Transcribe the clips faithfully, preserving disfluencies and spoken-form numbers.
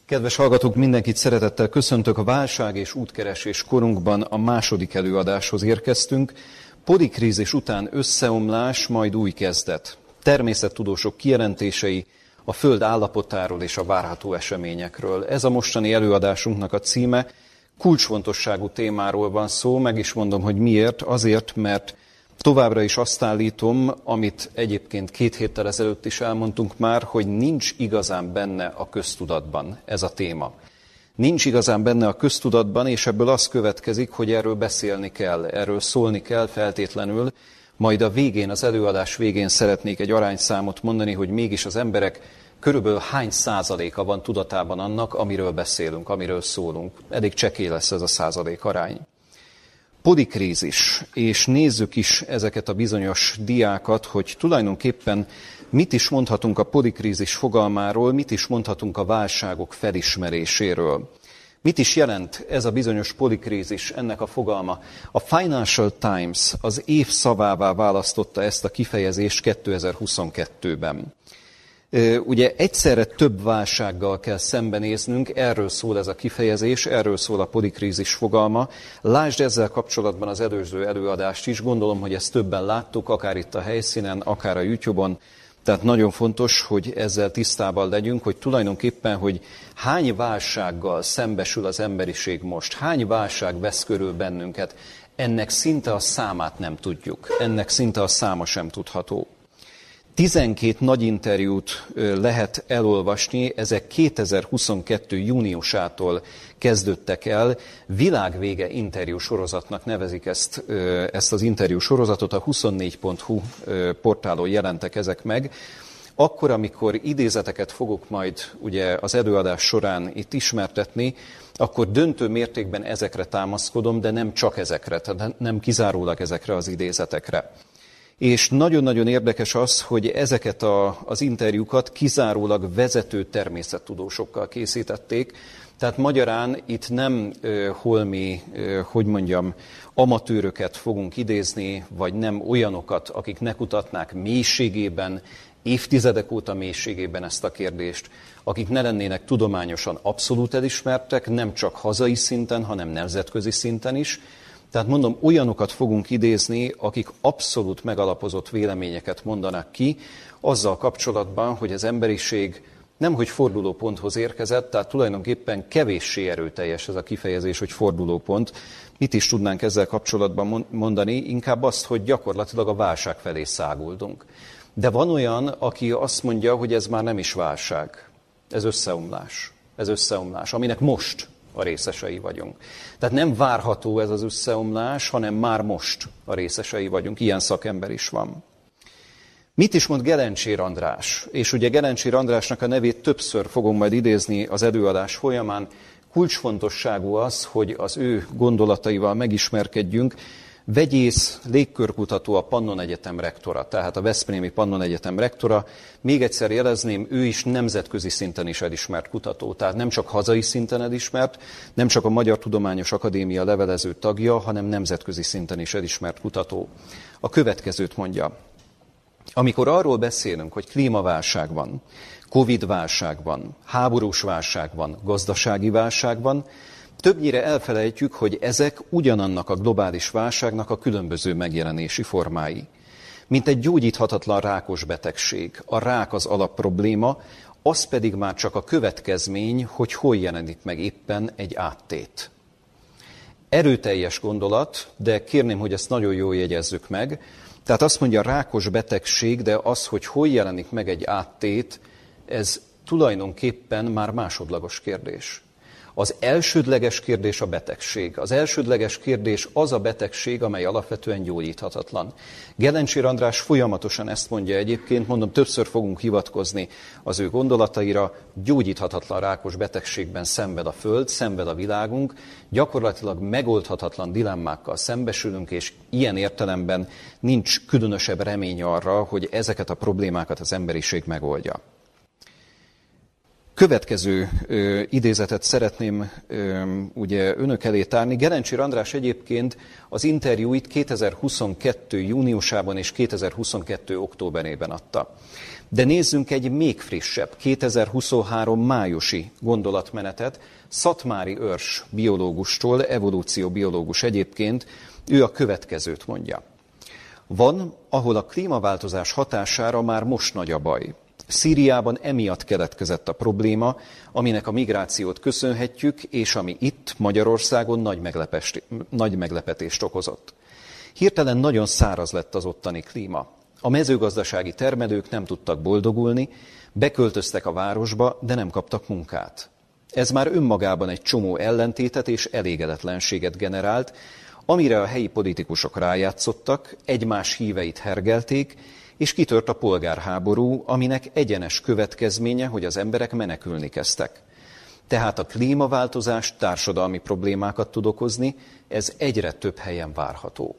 Kedves hallgatók, mindenkit szeretettel köszöntök. A válság és útkeresés korunkban a második előadáshoz érkeztünk. Podikrízis után összeomlás, majd új kezdet. Természettudósok kijelentései a Föld állapotáról és a várható eseményekről. Ez a mostani előadásunknak a címe. Kulcsfontosságú témáról van szó, meg is mondom, hogy miért. Azért, mert továbbra is azt állítom, amit egyébként két héttel ezelőtt is elmondtunk már, hogy nincs igazán benne a köztudatban ez a téma. Nincs igazán benne a köztudatban, és ebből az következik, hogy erről beszélni kell, erről szólni kell feltétlenül. Majd a végén, az előadás végén szeretnék egy arányszámot mondani, hogy mégis az emberek körülbelül hány százaléka van tudatában annak, amiről beszélünk, amiről szólunk. Elég csekély lesz ez a százalék arány. Podikrízis, és nézzük is ezeket a bizonyos diákat, hogy tulajdonképpen mit is mondhatunk a podikrízis fogalmáról, mit is mondhatunk a válságok felismeréséről. Mit is jelent ez a bizonyos podikrízis, ennek a fogalma? A Financial Times az év szavává választotta ezt a kifejezést kétezer-huszonkettőben. Ugye egyszerre több válsággal kell szembenéznünk, erről szól ez a kifejezés, erről szól a podikrízis fogalma. Lásd ezzel kapcsolatban az előző előadást is, gondolom, hogy ezt többen láttuk, akár itt a helyszínen, akár a YouTube-on. Tehát nagyon fontos, hogy ezzel tisztában legyünk, hogy tulajdonképpen, hogy hány válsággal szembesül az emberiség most, hány válság vesz körül bennünket, ennek szinte a számát nem tudjuk, ennek szinte a száma sem tudható. tizenkét nagy interjút lehet elolvasni, ezek kétezer-huszonkettő júniusától kezdődtek el. Világvége interjú sorozatnak nevezik ezt, ezt az interjú sorozatot, a huszonnégy pont hu portálon jelentek ezek meg. Akkor, amikor idézeteket fogok majd ugye az előadás során itt ismertetni, akkor döntő mértékben ezekre támaszkodom, de nem csak ezekre, tehát nem kizárólag ezekre az idézetekre. És nagyon-nagyon érdekes az, hogy ezeket a, az interjúkat kizárólag vezető természettudósokkal készítették. Tehát magyarán itt nem ö, holmi, ö, hogy mondjam, amatőröket fogunk idézni, vagy nem olyanokat, akik ne kutatnák mélységében, évtizedek óta mélységében ezt a kérdést, akik ne lennének tudományosan abszolút elismertek, nem csak hazai szinten, hanem nemzetközi szinten is. Tehát mondom, olyanokat fogunk idézni, akik abszolút megalapozott véleményeket mondanak ki, azzal kapcsolatban, hogy az emberiség nemhogy fordulóponthoz érkezett, tehát tulajdonképpen kevéssé erőteljes ez a kifejezés, hogy fordulópont. Mit is tudnánk ezzel kapcsolatban mondani? Inkább azt, hogy gyakorlatilag a válság felé száguldunk. De van olyan, aki azt mondja, hogy ez már nem is válság, ez összeomlás, ez összeomlás, aminek most a részesei vagyunk. Tehát nem várható ez az összeomlás, hanem már most a részesei vagyunk. Ilyen szakember is van. Mit is mond Gelencsér András? És ugye Gelencsér Andrásnak a nevét többször fogom majd idézni az előadás folyamán. Kulcsfontosságú az, hogy az ő gondolataival megismerkedjünk. Vegyész, légkörkutató, a Pannon Egyetem rektora, tehát a veszprémi Pannon Egyetem rektora. Még egyszer jelezném, ő is nemzetközi szinten is elismert kutató, tehát nem csak hazai szinten elismert, nem csak a Magyar Tudományos Akadémia levelező tagja, hanem nemzetközi szinten is elismert kutató. A következőt mondja: amikor arról beszélünk, hogy klímaválság van, Covid-válság van, háborús válság van, gazdasági válság van, többnyire elfelejtjük, hogy ezek ugyanannak a globális válságnak a különböző megjelenési formái. Mint egy gyógyíthatatlan rákos betegség, a rák az alapprobléma, az pedig már csak a következmény, hogy hol jelenik meg éppen egy áttét. Erőteljes gondolat, de kérném, hogy ezt nagyon jól jegyezzük meg. Tehát azt mondja, rákos betegség, de az, hogy hol jelenik meg egy áttét, ez tulajdonképpen már másodlagos kérdés. Az elsődleges kérdés a betegség. Az elsődleges kérdés az a betegség, amely alapvetően gyógyíthatatlan. Gelencsér András folyamatosan ezt mondja egyébként, mondom, többször fogunk hivatkozni az ő gondolataira, gyógyíthatatlan rákos betegségben szenved a Föld, szenved a világunk, gyakorlatilag megoldhatatlan dilemmákkal szembesülünk, és ilyen értelemben nincs különösebb remény arra, hogy ezeket a problémákat az emberiség megoldja. Következő ö, idézetet szeretném ö, ugye önök elé tárni. Gerencsér András egyébként az interjúit kétezer-huszonkettő júniusában és kétezer-huszonkettő októberében adta. De nézzünk egy még frissebb, kétezer-huszonhárom májusi gondolatmenetet Szatmári Őrs biológustól, evolúcióbiológus egyébként, ő a következőt mondja. Van, ahol a klímaváltozás hatására már most nagy a baj. Szíriában emiatt keletkezett a probléma, aminek a migrációt köszönhetjük, és ami itt, Magyarországon nagy, nagy meglepetést okozott. Hirtelen nagyon száraz lett az ottani klíma. A mezőgazdasági termelők nem tudtak boldogulni, beköltöztek a városba, de nem kaptak munkát. Ez már önmagában egy csomó ellentétet és elégedetlenséget generált, amire a helyi politikusok rájátszottak, egymás híveit hergelték, és kitört a polgárháború, aminek egyenes következménye, hogy az emberek menekülni kezdtek. Tehát a klímaváltozás társadalmi problémákat tud okozni, ez egyre több helyen várható.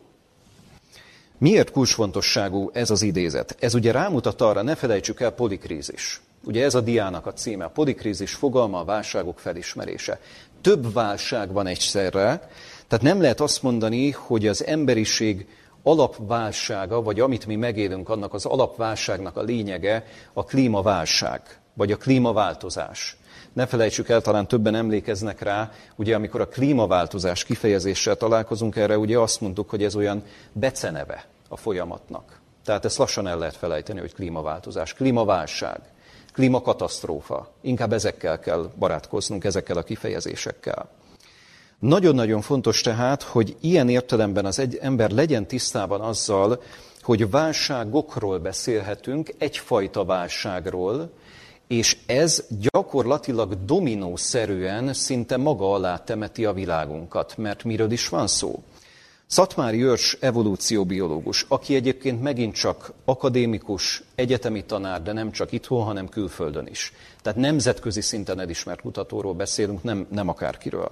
Miért kulcsfontosságú ez az idézet? Ez ugye rámutat arra, ne felejtsük el, polikrízis. Ugye ez a diának a címe, a polikrízis fogalma, a válságok felismerése. Több válság van egyszerre, tehát nem lehet azt mondani, hogy az emberiség alapválsága, vagy amit mi megélünk, annak az alapválságnak a lényege a klímaválság, vagy a klímaváltozás. Ne felejtsük el, talán többen emlékeznek rá, ugye amikor a klímaváltozás kifejezéssel találkozunk erre, ugye azt mondtuk, hogy ez olyan beceneve a folyamatnak. Tehát ezt lassan el lehet felejteni, hogy klímaváltozás, klímaválság, klímakatasztrófa. Inkább ezekkel kell barátkoznunk, ezekkel a kifejezésekkel. Nagyon-nagyon fontos tehát, hogy ilyen értelemben az egy ember legyen tisztában azzal, hogy válságokról beszélhetünk, egyfajta válságról, és ez gyakorlatilag dominószerűen szinte maga alá temeti a világunkat. Mert miről is van szó? Szatmári Őrs evolúcióbiológus, aki egyébként megint csak akadémikus, egyetemi tanár, de nem csak itthon, hanem külföldön is. Tehát nemzetközi szinten elismert kutatóról beszélünk, nem, nem akárkiről.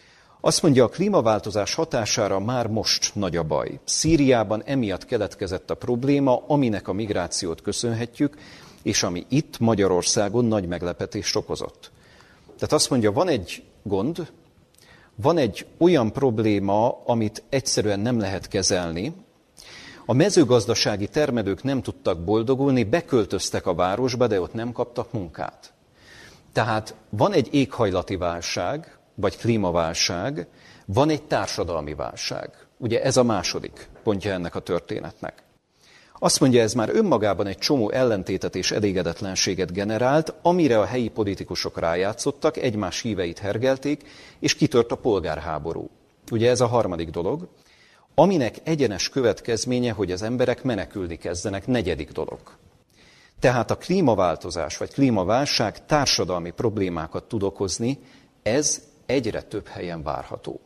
Azt mondja, a klímaváltozás hatására már most nagy a baj. Szíriában emiatt keletkezett a probléma, aminek a migrációt köszönhetjük, és ami itt Magyarországon nagy meglepetést okozott. Tehát azt mondja, van egy gond, van egy olyan probléma, amit egyszerűen nem lehet kezelni. A mezőgazdasági termelők nem tudtak boldogulni, beköltöztek a városba, de ott nem kaptak munkát. Tehát van egy éghajlati válság, vagy klímaválság, van egy társadalmi válság. Ugye ez a második pontja ennek a történetnek. Azt mondja, ez már önmagában egy csomó ellentétet és elégedetlenséget generált, amire a helyi politikusok rájátszottak, egymás híveit hergelték, és kitört a polgárháború. Ugye ez a harmadik dolog, aminek egyenes következménye, hogy az emberek menekülni kezdenek, negyedik dolog. Tehát a klímaváltozás vagy klímaválság társadalmi problémákat tud okozni, ez egyre több helyen várható.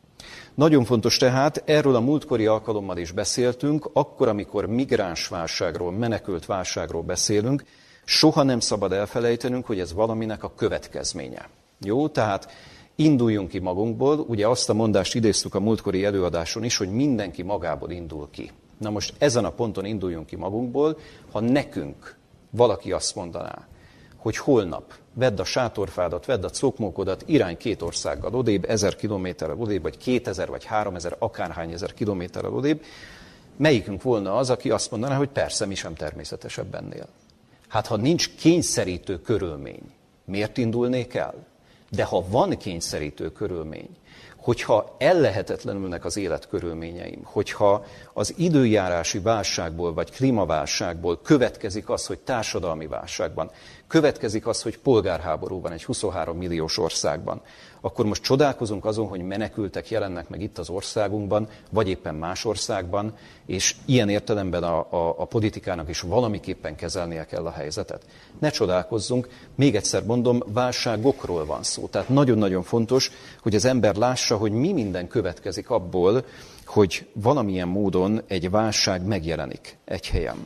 Nagyon fontos tehát, erről a múltkori alkalommal is beszéltünk, akkor, amikor migráns válságról, menekült válságról beszélünk, soha nem szabad elfelejtenünk, hogy ez valaminek a következménye. Jó, tehát induljunk ki magunkból, ugye azt a mondást idéztük a múltkori előadáson is, hogy mindenki magából indul ki. Na most ezen a ponton induljunk ki magunkból, ha nekünk valaki azt mondaná, hogy holnap vedd a sátorfádat, vedd a cokmókodat, irány két országgal odébb, ezer kilométerrel odébb, vagy kétezer, vagy háromezer, akárhány ezer kilométerrel odébb, melyikünk volna az, aki azt mondaná, hogy persze, mi sem természetesebb ennél. Hát ha nincs kényszerítő körülmény, miért indulnék el? De ha van kényszerítő körülmény, hogyha ellehetetlenülnek az életkörülményeim, hogyha az időjárási válságból vagy klímaválságból következik az, hogy társadalmi válságban, következik az, hogy polgárháború van egy huszonhárom milliós országban, akkor most csodálkozunk azon, hogy menekültek jelennek meg itt az országunkban, vagy éppen más országban, és ilyen értelemben a, a, a politikának is valamiképpen kezelnie kell a helyzetet. Ne csodálkozzunk, még egyszer mondom, válságokról van szó. Tehát nagyon-nagyon fontos, hogy az ember lássa, hogy mi minden következik abból, hogy valamilyen módon egy válság megjelenik egy helyen.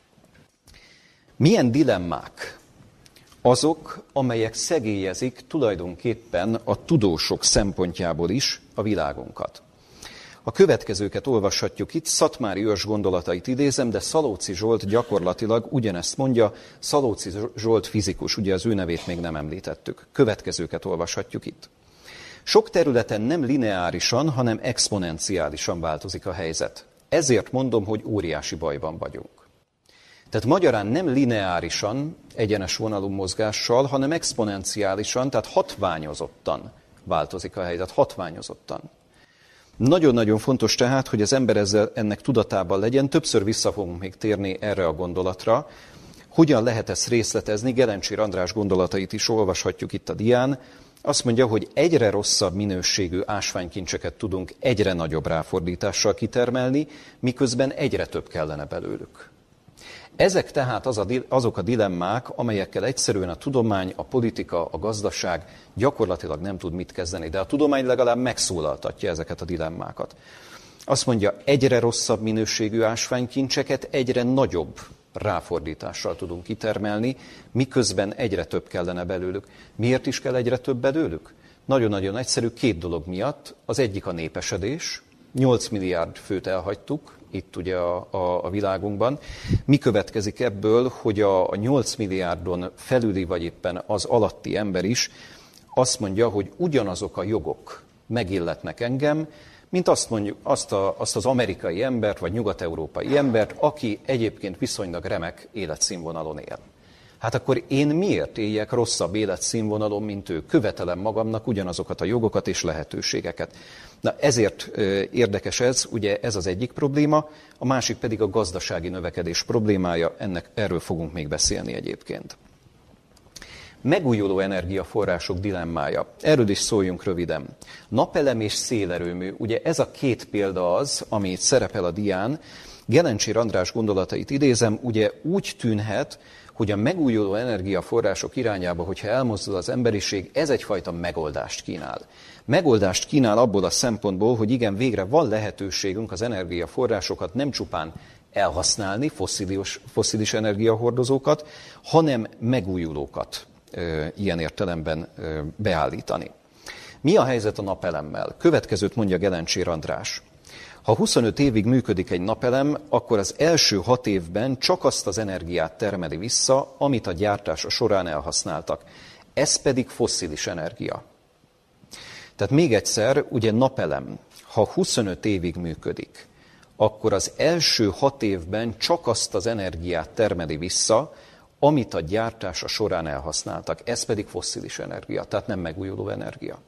Milyen dilemmák azok, amelyek szegélyezik tulajdonképpen a tudósok szempontjából is a világunkat. A következőket olvashatjuk itt, Szatmári Őrs gondolatait idézem, de Szalóczy Zsolt gyakorlatilag ugyanezt mondja. Szalóczy Zsolt fizikus, ugye az ő nevét még nem említettük. Következőket olvashatjuk itt. Sok területen nem lineárisan, hanem exponenciálisan változik a helyzet. Ezért mondom, hogy óriási bajban vagyunk. Tehát magyarán nem lineárisan, egyenes vonalú mozgással, hanem exponenciálisan, tehát hatványozottan változik a helyzet, hatványozottan. Nagyon-nagyon fontos tehát, hogy az ember ezzel, ennek tudatában legyen. Többször vissza fogunk még térni erre a gondolatra. Hogyan lehet ezt részletezni? Gelencsér András gondolatait is olvashatjuk itt a dián. Azt mondja, hogy egyre rosszabb minőségű ásványkincseket tudunk egyre nagyobb ráfordítással kitermelni, miközben egyre több kellene belőlük. Ezek tehát az a, azok a dilemmák, amelyekkel egyszerűen a tudomány, a politika, a gazdaság gyakorlatilag nem tud mit kezdeni, de a tudomány legalább megszólaltatja ezeket a dilemmákat. Azt mondja, egyre rosszabb minőségű ásványkincseket egyre nagyobb ráfordítással tudunk kitermelni, miközben egyre több kellene belőlük. Miért is kell egyre több belőlük? Nagyon-nagyon egyszerű, két dolog miatt. Az egyik a népesedés, nyolc milliárd főt elhagytuk, itt ugye a, a, a világunkban. Mi következik ebből, hogy a, a nyolc milliárdon felüli, vagy éppen az alatti ember is azt mondja, hogy ugyanazok a jogok megilletnek engem, mint azt, mondjuk, azt, a, azt az amerikai embert, vagy nyugat-európai embert, aki egyébként viszonylag remek életszínvonalon él. Hát akkor én miért éljek rosszabb életszínvonalon, mint ő? Követelem magamnak ugyanazokat a jogokat és lehetőségeket. Na ezért érdekes ez, ugye ez az egyik probléma, a másik pedig a gazdasági növekedés problémája, ennek, erről fogunk még beszélni egyébként. Megújuló energiaforrások dilemmája. Erről is szóljunk röviden. Napelem és szélerőmű, ugye ez a két példa az, ami itt szerepel a dián. Gelencsér András gondolatait idézem, ugye úgy tűnhet, hogy a megújuló energiaforrások irányába, hogyha elmozdul az emberiség, ez egyfajta megoldást kínál. Megoldást kínál abból a szempontból, hogy igen, végre van lehetőségünk az energiaforrásokat nem csupán elhasználni, fosszilis, fosszilis energiahordozókat, hanem megújulókat e, ilyen értelemben e, beállítani. Mi a helyzet a napelemmel? Következőt mondja Gelencsér András. Ha huszonöt évig működik egy napelem, akkor az első hat évben csak azt az energiát termeli vissza, amit a gyártása során elhasználtak. Ez pedig fosszilis energia. Tehát még egyszer, ugye napelem, ha huszonöt évig működik, akkor az első hat évben csak azt az energiát termeli vissza, amit a gyártása során elhasználtak. Ez pedig fosszilis energia, tehát nem megújuló energia.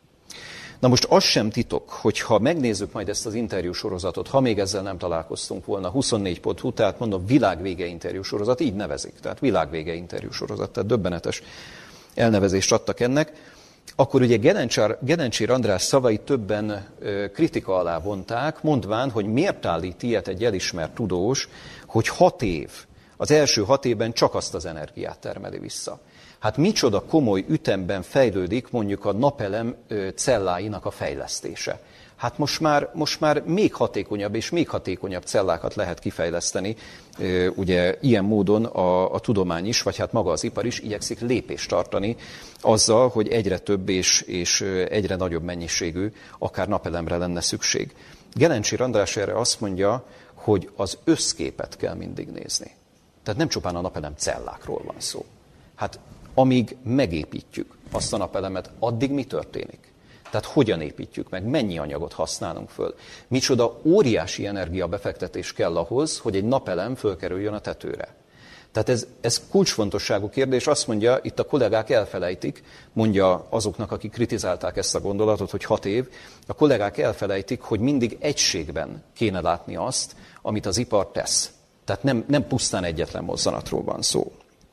Na most az sem titok, hogyha megnézzük majd ezt az interjúsorozatot, ha még ezzel nem találkoztunk volna, huszonnégy pont hu, tehát mondom, világvége interjúsorozat, így nevezik, tehát világvége interjúsorozat, tehát döbbenetes elnevezést adtak ennek, akkor ugye Gelencsér, Gelencsér András szavai többen ö, kritika alá vonták, mondván, hogy miért állít ilyet egy elismert tudós, hogy hat év, az első hat évben csak azt az energiát termeli vissza. Hát micsoda komoly ütemben fejlődik mondjuk a napelem celláinak a fejlesztése. Hát most már, most már még hatékonyabb és még hatékonyabb cellákat lehet kifejleszteni. Ugye ilyen módon a, a tudomány is, vagy hát maga az ipar is igyekszik lépést tartani azzal, hogy egyre több és, és egyre nagyobb mennyiségű, akár napelemre lenne szükség. Gelencsér András erre azt mondja, hogy az összképet kell mindig nézni. Tehát nem csupán a napelem cellákról van szó. Hát amíg megépítjük azt a napelemet, addig mi történik? Tehát hogyan építjük meg, mennyi anyagot használunk föl? Micsoda óriási energiabefektetés kell ahhoz, hogy egy napelem fölkerüljön a tetőre. Tehát ez, ez kulcsfontosságú kérdés, azt mondja, itt a kollégák elfelejtik, mondja azoknak, akik kritizálták ezt a gondolatot, hogy hat év, a kollégák elfelejtik, hogy mindig egységben kéne látni azt, amit az ipar tesz. Tehát nem, nem pusztán egyetlen mozzanatról van szó.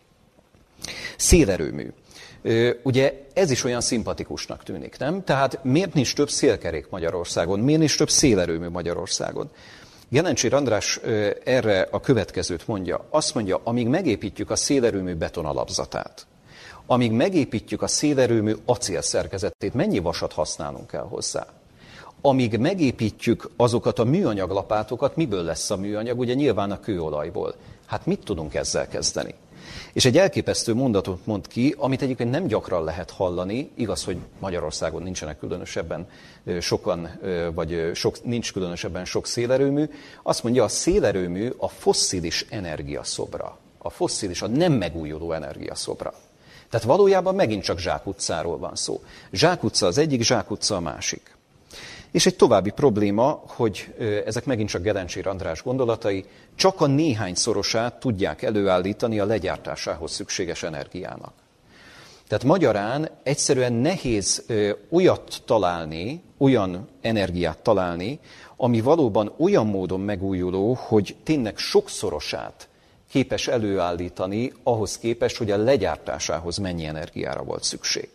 Szélerőmű. Ugye ez is olyan szimpatikusnak tűnik, nem? Tehát miért nincs több szélkerék Magyarországon? Miért nincs több szélerőmű Magyarországon? Gelencsér András erre a következőt mondja. Azt mondja, amíg megépítjük a szélerőmű betonalapzatát, amíg megépítjük a szélerőmű acélszerkezetét, mennyi vasat használunk el hozzá? Amíg megépítjük azokat a műanyaglapátokat, miből lesz a műanyag? Ugye nyilván a kőolajból. Hát mit tudunk ezzel kezdeni? És egy elképesztő mondatot mond ki, amit egyébként nem gyakran lehet hallani, igaz, hogy Magyarországon nincsenek különösebben sokan, vagy sok, nincs különösebben sok szélerőmű. Azt mondja, a szélerőmű a fosszilis energiaszobra, a fosszilis, a nem megújuló energiaszobra. Tehát valójában megint csak zsákutcáról van szó. Zsákutca az egyik, zsákutca a másik. És egy további probléma, hogy ezek megint csak Gelencsér András gondolatai, csak a néhányszorosát tudják előállítani a legyártásához szükséges energiának. Tehát magyarán egyszerűen nehéz olyat találni, olyan energiát találni, ami valóban olyan módon megújuló, hogy tényleg sokszorosát képes előállítani ahhoz képest, hogy a legyártásához mennyi energiára volt szükség.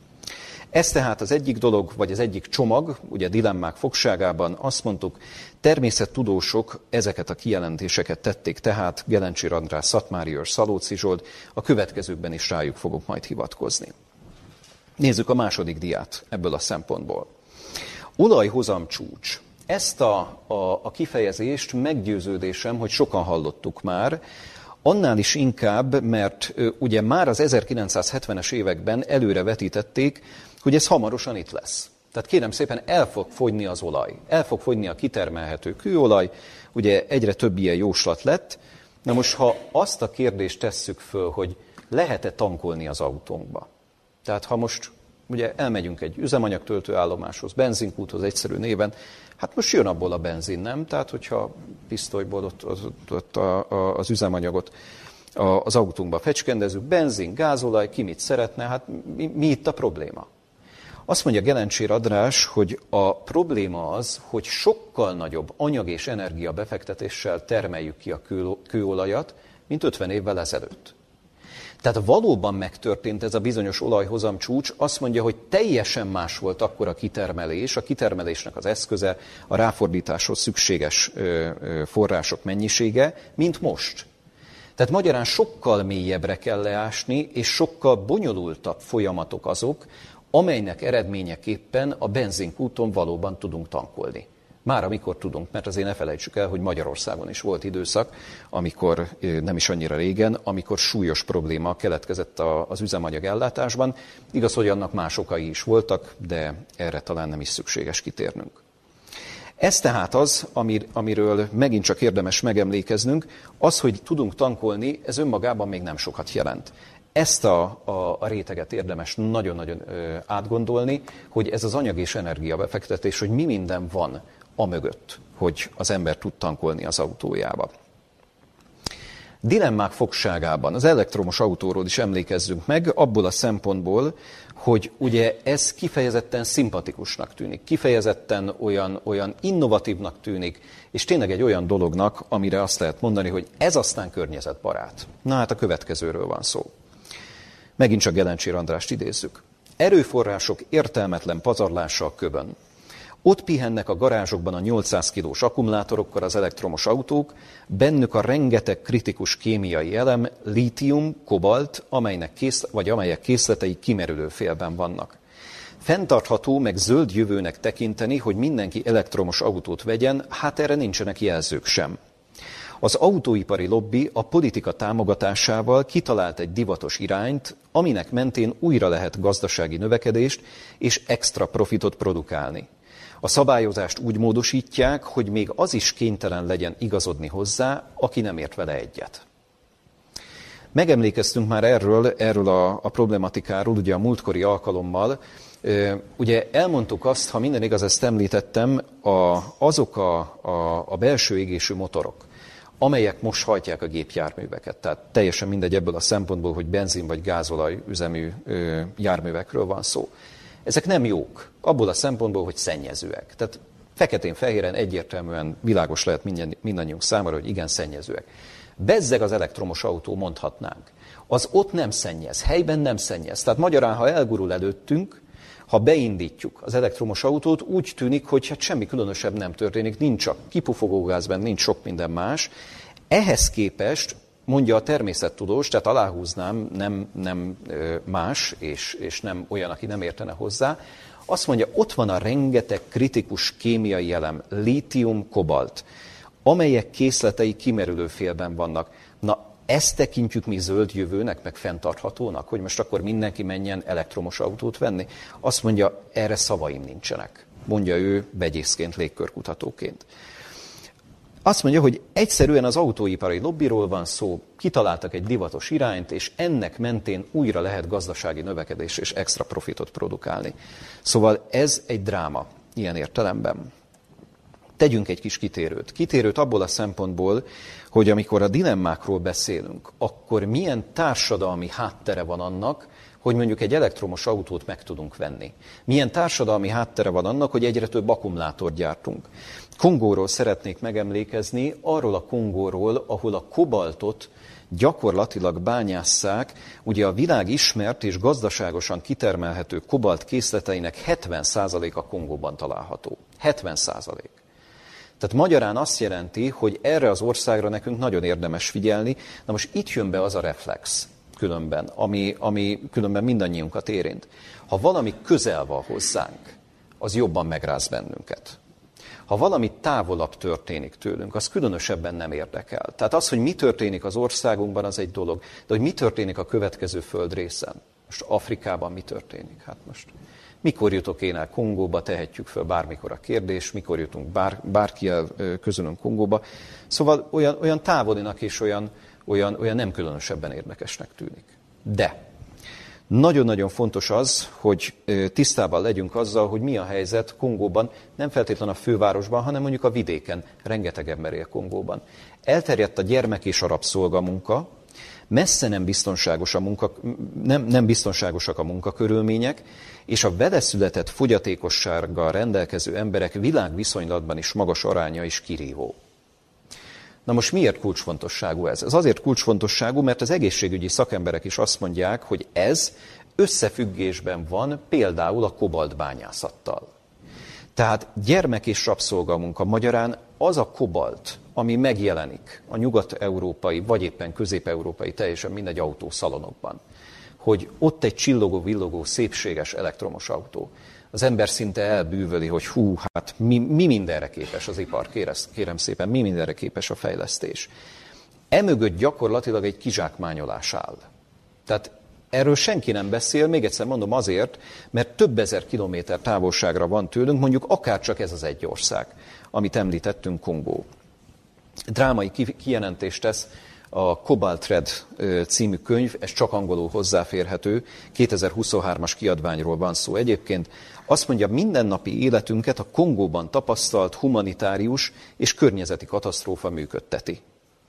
Ez tehát az egyik dolog, vagy az egyik csomag, ugye dilemmák fogságában azt mondtuk, természettudósok ezeket a kijelentéseket tették, tehát Gelencsér András, Szatmári Őrs, Szalóczy Zsolt, a következőkben is rájuk fogok majd hivatkozni. Nézzük a második diát ebből a szempontból. Olajhozamcsúcs. Ezt a, a, a kifejezést meggyőződésem, hogy sokan hallottuk már, annál is inkább, mert ugye már az ezerkilencszázhetvenes években előre vetítették, hogy ez hamarosan itt lesz. Tehát kérem szépen, el fog fogyni az olaj, el fog fogyni a kitermelhető kőolaj, ugye egyre több ilyen jóslat lett. Na most, ha azt a kérdést tesszük föl, hogy lehet-e tankolni az autónkba? Tehát ha most ugye elmegyünk egy üzemanyagtöltőállomáshoz, benzinkúthoz egyszerű néven, hát most jön abból a benzin, nem? Tehát, hogyha pisztolyból ott, ott, ott a, a, az üzemanyagot a, az autónkba fecskendezzük, benzin, gázolaj, ki mit szeretne, hát mi, mi itt a probléma? Azt mondja Gelencsér András, hogy a probléma az, hogy sokkal nagyobb anyag és energia befektetéssel termeljük ki a kő, kőolajat, mint ötven évvel ezelőtt. Tehát valóban megtörtént ez a bizonyos olajhozamcsúcs, azt mondja, hogy teljesen más volt akkor a kitermelés, a kitermelésnek az eszköze, a ráfordításhoz szükséges források mennyisége, mint most. Tehát magyarán sokkal mélyebbre kell leásni, és sokkal bonyolultabb folyamatok azok, amelynek eredményeképpen a benzinkúton valóban tudunk tankolni. Már amikor tudunk, mert azért ne felejtsük el, hogy Magyarországon is volt időszak, amikor nem is annyira régen, amikor súlyos probléma keletkezett az üzemanyag ellátásban. Igaz, hogy annak más okai is voltak, de erre talán nem is szükséges kitérnünk. Ez tehát az, amiről megint csak érdemes megemlékeznünk, az, hogy tudunk tankolni, ez önmagában még nem sokat jelent. Ezt a, a, a réteget érdemes nagyon-nagyon ö, átgondolni, hogy ez az anyag és energia befektetés, hogy mi minden van amögött, hogy az ember tud tankolni az autójába. Dilemmák fogságában az elektromos autóról is emlékezzünk meg, abból a szempontból, hogy ugye ez kifejezetten szimpatikusnak tűnik, kifejezetten olyan, olyan innovatívnak tűnik, és tényleg egy olyan dolognak, amire azt lehet mondani, hogy ez aztán környezetbarát. Na hát a következőről van szó. Megint csak Gelencsér Andrást idézzük. Erőforrások értelmetlen pazarlása a kövön. Ott pihennek a garázsokban a nyolcszáz kilós akkumulátorokkal az elektromos autók, bennük a rengeteg kritikus kémiai elem, lítium, kobalt, amelynek kész, vagy amelyek készletei kimerülő félben vannak. Fenntartható, meg zöld jövőnek tekinteni, hogy mindenki elektromos autót vegyen, hát erre nincsenek jelzők sem. Az autóipari lobby a politika támogatásával kitalált egy divatos irányt, aminek mentén újra lehet gazdasági növekedést és extra profitot produkálni. A szabályozást úgy módosítják, hogy még az is kénytelen legyen igazodni hozzá, aki nem ért vele egyet. Megemlékeztünk már erről, erről a, a problematikáról, ugye a múltkori alkalommal. Ugye elmondtuk azt, ha minden igaz, ezt említettem, a, azok a, a, a belső égésű motorok, amelyek most hajtják a gépjárműveket. Tehát teljesen mindegy ebből a szempontból, hogy benzin vagy gázolaj üzemű ö, járművekről van szó. Ezek nem jók, abból a szempontból, hogy szennyezőek. Tehát feketén-fehéren egyértelműen világos lehet minden, mindannyiunk számára, hogy igen szennyezőek. Bezzeg az elektromos autó, mondhatnánk. Az ott nem szennyez, helyben nem szennyez. Tehát magyarán, ha elgurul előttünk, ha beindítjuk az elektromos autót, úgy tűnik, hogy hát semmi különösebb nem történik, nincs csak kipufogógáz benne, nincs sok minden más. Ehhez képest, mondja a természettudós, tehát aláhúznám, nem, nem más, és, és nem olyan, aki nem értene hozzá, azt mondja, ott van a rengeteg kritikus kémiai elem, lítium, kobalt, amelyek készletei kimerülő félben vannak. Na, ezt tekintjük mi zöld jövőnek, meg fenntarthatónak, hogy most akkor mindenki menjen elektromos autót venni? Azt mondja, erre szavaim nincsenek, mondja ő vegyészként, légkörkutatóként. Azt mondja, hogy egyszerűen az autóipari lobbiról van szó, kitaláltak egy divatos irányt, és ennek mentén újra lehet gazdasági növekedés és extra profitot produkálni. Szóval ez egy dráma ilyen értelemben. Tegyünk egy kis kitérőt. Kitérőt abból a szempontból, hogy amikor a dilemmákról beszélünk, akkor milyen társadalmi háttere van annak, hogy mondjuk egy elektromos autót meg tudunk venni. Milyen társadalmi háttere van annak, hogy egyre több akkumulátort gyártunk. Kongóról szeretnék megemlékezni, arról a Kongóról, ahol a kobaltot gyakorlatilag bányásszák, ugye a világ ismert és gazdaságosan kitermelhető kobalt készleteinek hetven százaléka Kongóban található. hetven százalék. Tehát magyarán azt jelenti, hogy erre az országra nekünk nagyon érdemes figyelni. Na most itt jön be az a reflex különben, ami, ami különben mindannyiunkat érint. Ha valami közel van hozzánk, az jobban megráz bennünket. Ha valami távolabb történik tőlünk, az különösebben nem érdekel. Tehát az, hogy mi történik az országunkban, az egy dolog. De hogy mi történik a következő földrészen? Most Afrikában mi történik? Hát most mikor jutok én el Kongóba, tehetjük föl bármikor a kérdés, mikor jutunk bár, bárki el közülünk Kongóba. Szóval olyan, olyan távolinak és olyan, olyan, olyan nem különösebben érdekesnek tűnik. De nagyon-nagyon fontos az, hogy tisztában legyünk azzal, hogy mi a helyzet Kongóban, nem feltétlenül a fővárosban, hanem mondjuk a vidéken. Rengeteg ember él Kongóban. Elterjedt a gyermek és a rabszolgamunka, messze nem, biztonságos a munka, nem, nem biztonságosak a munkakörülmények, és a vele született fogyatékossággal rendelkező emberek világviszonylatban is magas aránya is kirívó. Na most miért kulcsfontosságú ez? Ez azért kulcsfontosságú, mert az egészségügyi szakemberek is azt mondják, hogy ez összefüggésben van például a kobaltbányászattal. Tehát gyermek és rabszolgamunka, magyarán az a kobalt, ami megjelenik a nyugat-európai, vagy éppen közép-európai, teljesen mindegy autószalonokban, hogy ott egy csillogó-villogó, szépséges elektromos autó. Az ember szinte elbűvöli, hogy hú, hát mi, mi mindenre képes az ipar, kérem szépen, mi mindenre képes a fejlesztés. Emögött gyakorlatilag egy kizsákmányolás áll. Tehát erről senki nem beszél, még egyszer mondom azért, mert több ezer kilométer távolságra van tőlünk, mondjuk akárcsak ez az egy ország, amit említettünk, Kongó. Drámai kijelentést tesz a Cobalt Red című könyv, ez csak angolul hozzáférhető, kétezer-huszonhármas kiadványról van szó egyébként. Azt mondja, mindennapi életünket a Kongóban tapasztalt humanitárius és környezeti katasztrófa működteti.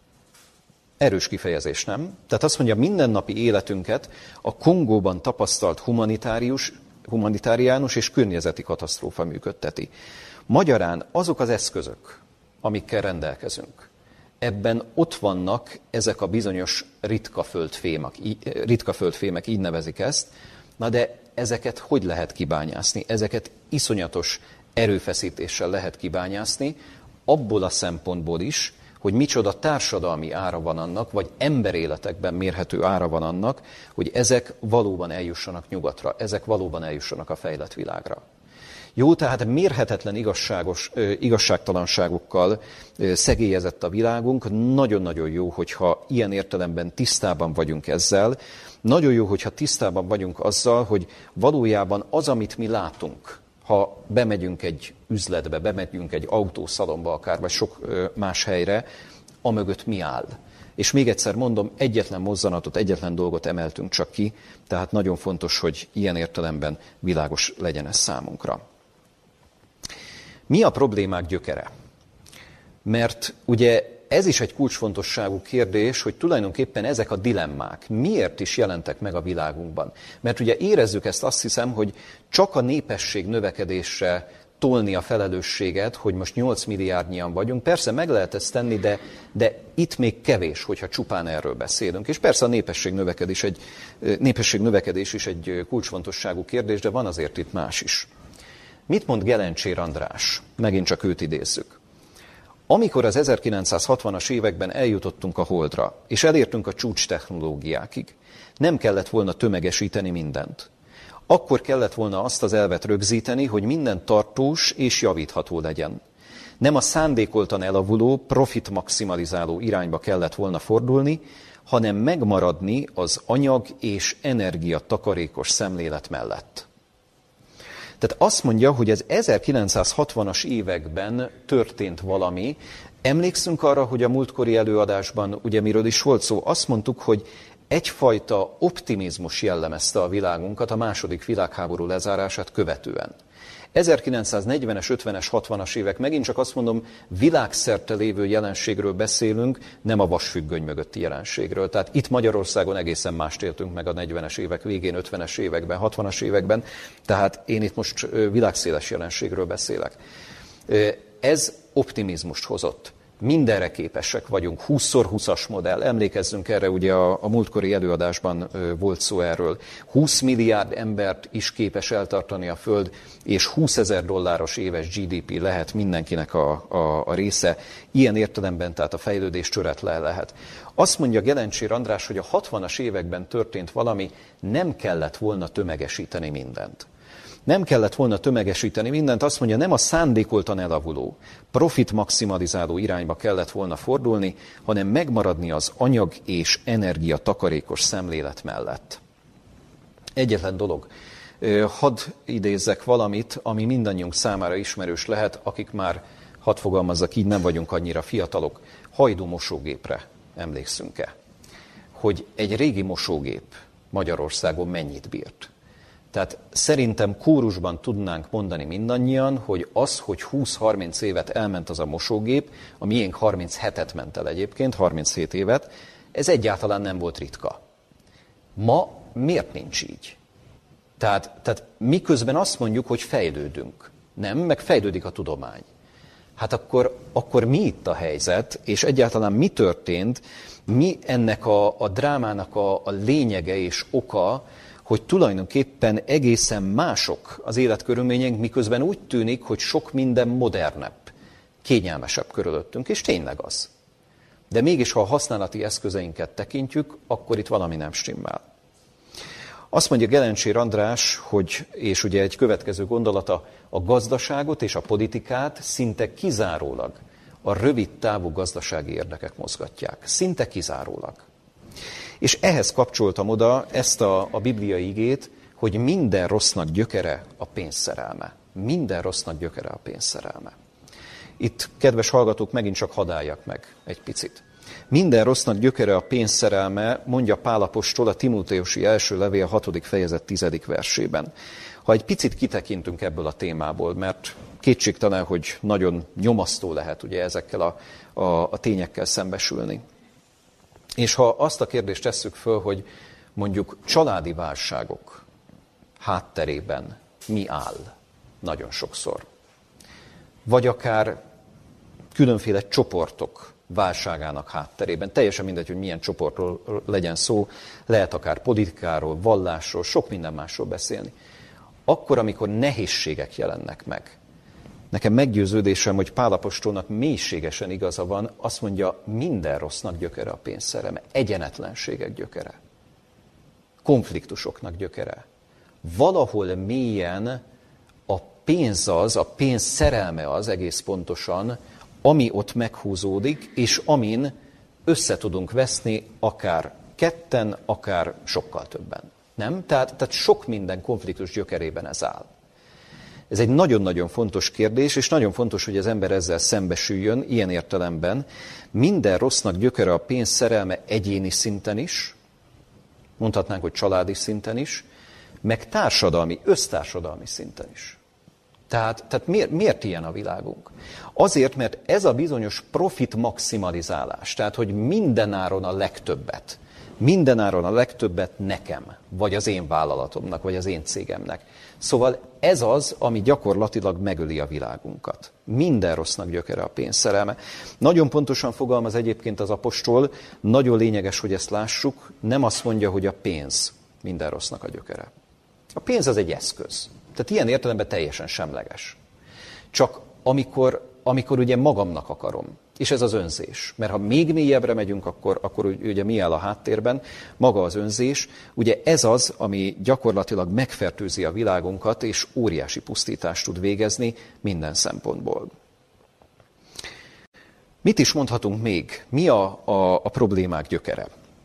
Erős kifejezés, nem? Tehát azt mondja, mindennapi életünket a Kongóban tapasztalt humanitárius, humanitáriánus és környezeti katasztrófa működteti. Magyarán azok az eszközök, amikkel rendelkezünk, ebben ott vannak ezek a bizonyos ritka földfémek, ritka földfémek, így nevezik ezt, na de ezeket hogy lehet kibányászni? Ezeket iszonyatos erőfeszítéssel lehet kibányászni, abból a szempontból is, hogy micsoda társadalmi ára van annak, vagy emberéletekben mérhető ára van annak, hogy ezek valóban eljussanak nyugatra, ezek valóban eljussanak a fejlett világra. Jó, tehát mérhetetlen igazságos, igazságtalanságokkal szegélyezett a világunk. Nagyon-nagyon jó, hogyha ilyen értelemben tisztában vagyunk ezzel. Nagyon jó, hogyha tisztában vagyunk azzal, hogy valójában az, amit mi látunk, ha bemegyünk egy üzletbe, bemegyünk egy autószalomba akár, vagy sok más helyre, amögött mi áll. És még egyszer mondom, egyetlen mozzanatot, egyetlen dolgot emeltünk csak ki, tehát nagyon fontos, hogy ilyen értelemben világos legyen ez számunkra. Mi a problémák gyökere? Mert ugye ez is egy kulcsfontosságú kérdés, hogy tulajdonképpen ezek a dilemmák miért is jelentek meg a világunkban. Mert ugye érezzük ezt, azt hiszem, hogy csak a népesség növekedésre tolni a felelősséget, hogy most nyolc milliárdnyian vagyunk. Persze meg lehet ezt tenni, de, de itt még kevés, hogyha csupán erről beszélünk. És persze a népesség növekedés, egy, népesség növekedés is egy kulcsfontosságú kérdés, de van azért itt más is. Mit mond Gelencsér András? Megint csak őt idézzük. Amikor az ezerkilencszázhatvanas években eljutottunk a Holdra, és elértünk a csúcs technológiákig, nem kellett volna tömegesíteni mindent. Akkor kellett volna azt az elvet rögzíteni, hogy minden tartós és javítható legyen. Nem a szándékoltan elavuló, profit maximalizáló irányba kellett volna fordulni, hanem megmaradni az anyag és energia takarékos szemlélet mellett. Tehát azt mondja, hogy az ezerkilencszázhatvanas években történt valami. Emlékszünk arra, hogy a múltkori előadásban ugye miről is volt szó? Azt mondtuk, hogy egyfajta optimizmus jellemezte a világunkat a második világháború lezárását követően. ezerkilencszáznegyvenes, ötvenes, hatvanas évek, megint csak azt mondom, világszerte lévő jelenségről beszélünk, nem a vasfüggöny mögötti jelenségről. Tehát itt Magyarországon egészen mást éltünk meg a negyvenes évek végén, ötvenes években, hatvanas években, tehát én itt most világszéles jelenségről beszélek. Ez optimizmust hozott. Mindenre képesek vagyunk, húsz szor húszas modell, emlékezzünk erre, ugye a, a múltkori előadásban ö, volt szó erről. húsz milliárd embert is képes eltartani a Föld, és húszezer dolláros éves gé dé pé lehet mindenkinek a, a, a része. Ilyen értelemben tehát a fejlődés töretlen lehet. Azt mondja Gelencsér András, hogy a hatvanas években történt valami, nem kellett volna tömegesíteni mindent. Nem kellett volna tömegesíteni mindent, azt mondja, nem a szándékoltan elavuló, profit maximalizáló irányba kellett volna fordulni, hanem megmaradni az anyag és energia takarékos szemlélet mellett. Egyetlen dolog, hadd idézzek valamit, ami mindannyiunk számára ismerős lehet, akik már, hadd fogalmazzak így, nem vagyunk annyira fiatalok, Hajdú mosógépre emlékszünk-e? Hogy egy régi mosógép Magyarországon mennyit bírt? Tehát szerintem kórusban tudnánk mondani mindannyian, hogy az, hogy húsz-harminc évet elment az a mosógép, a miénk harminchetet ment el egyébként, harminchét évet, ez egyáltalán nem volt ritka. Ma miért nincs így? Tehát, tehát miközben azt mondjuk, hogy fejlődünk. Nem, meg fejlődik a tudomány. Hát akkor, akkor mi itt a helyzet, és egyáltalán mi történt, mi ennek a, a drámának a, a lényege és oka, hogy tulajdonképpen egészen mások az életkörülmények, miközben úgy tűnik, hogy sok minden modernebb, kényelmesebb körülöttünk, és tényleg az. De mégis, ha a használati eszközeinket tekintjük, akkor itt valami nem stimmel. Azt mondja Gelencsér András, hogy, és ugye egy következő gondolata, a gazdaságot és a politikát szinte kizárólag a rövid távú gazdasági érdekek mozgatják. Szinte kizárólag. És ehhez kapcsoltam oda ezt a, a bibliai igét, hogy minden rossznak gyökere a pénzszerelme. Minden rossznak gyökere a pénzszerelme. Itt, kedves hallgatók, megint csak hadáljak meg egy picit. Minden rossznak gyökere a pénzszerelme, mondja Pál apostol a Timóteusi első levél hatodik fejezet tizedik versében. Ha egy picit kitekintünk ebből a témából, mert kétségtelen, hogy nagyon nyomasztó lehet ugye ezekkel a, a, a tényekkel szembesülni. És ha azt a kérdést tesszük föl, hogy mondjuk családi válságok hátterében mi áll nagyon sokszor, vagy akár különféle csoportok válságának hátterében, teljesen mindegy, hogy milyen csoportról legyen szó, lehet akár politikáról, vallásról, sok minden másról beszélni. Akkor, amikor nehézségek jelennek meg, nekem meggyőződésem, hogy Pál apostolnak mélységesen igaza van, azt mondja, minden rossznak gyökere a pénzszerelme, egyenetlenségek gyökere, konfliktusoknak gyökere. Valahol mélyen a pénz az, a pénz szerelme az egész pontosan, ami ott meghúzódik, és amin össze tudunk veszni akár ketten, akár sokkal többen. Nem? Tehát, tehát sok minden konfliktus gyökerében ez áll. Ez egy nagyon-nagyon fontos kérdés, és nagyon fontos, hogy az ember ezzel szembesüljön, ilyen értelemben. Minden rossznak gyökere a pénz szerelme egyéni szinten is, mondhatnánk, hogy családi szinten is, meg társadalmi, össztársadalmi szinten is. Tehát, tehát miért, miért ilyen a világunk? Azért, mert ez a bizonyos profit maximalizálás, tehát hogy mindenáron a legtöbbet, mindenáron a legtöbbet nekem, vagy az én vállalatomnak, vagy az én cégemnek. Szóval ez az, ami gyakorlatilag megöli a világunkat. Minden rossznak gyökere a pénzszerelme. Nagyon pontosan fogalmaz egyébként az apostol, nagyon lényeges, hogy ezt lássuk, nem azt mondja, hogy a pénz minden rossznak a gyökere. A pénz az egy eszköz. Tehát ilyen értelemben teljesen semleges. Csak amikor, amikor ugye magamnak akarom, és ez az önzés. Mert ha még mélyebbre megyünk, akkor, akkor ugye mi áll a háttérben? Maga az önzés. Ugye ez az, ami gyakorlatilag megfertőzi a világunkat, és óriási pusztítást tud végezni minden szempontból. Mit is mondhatunk még? Mi a, a, a problémák gyökere?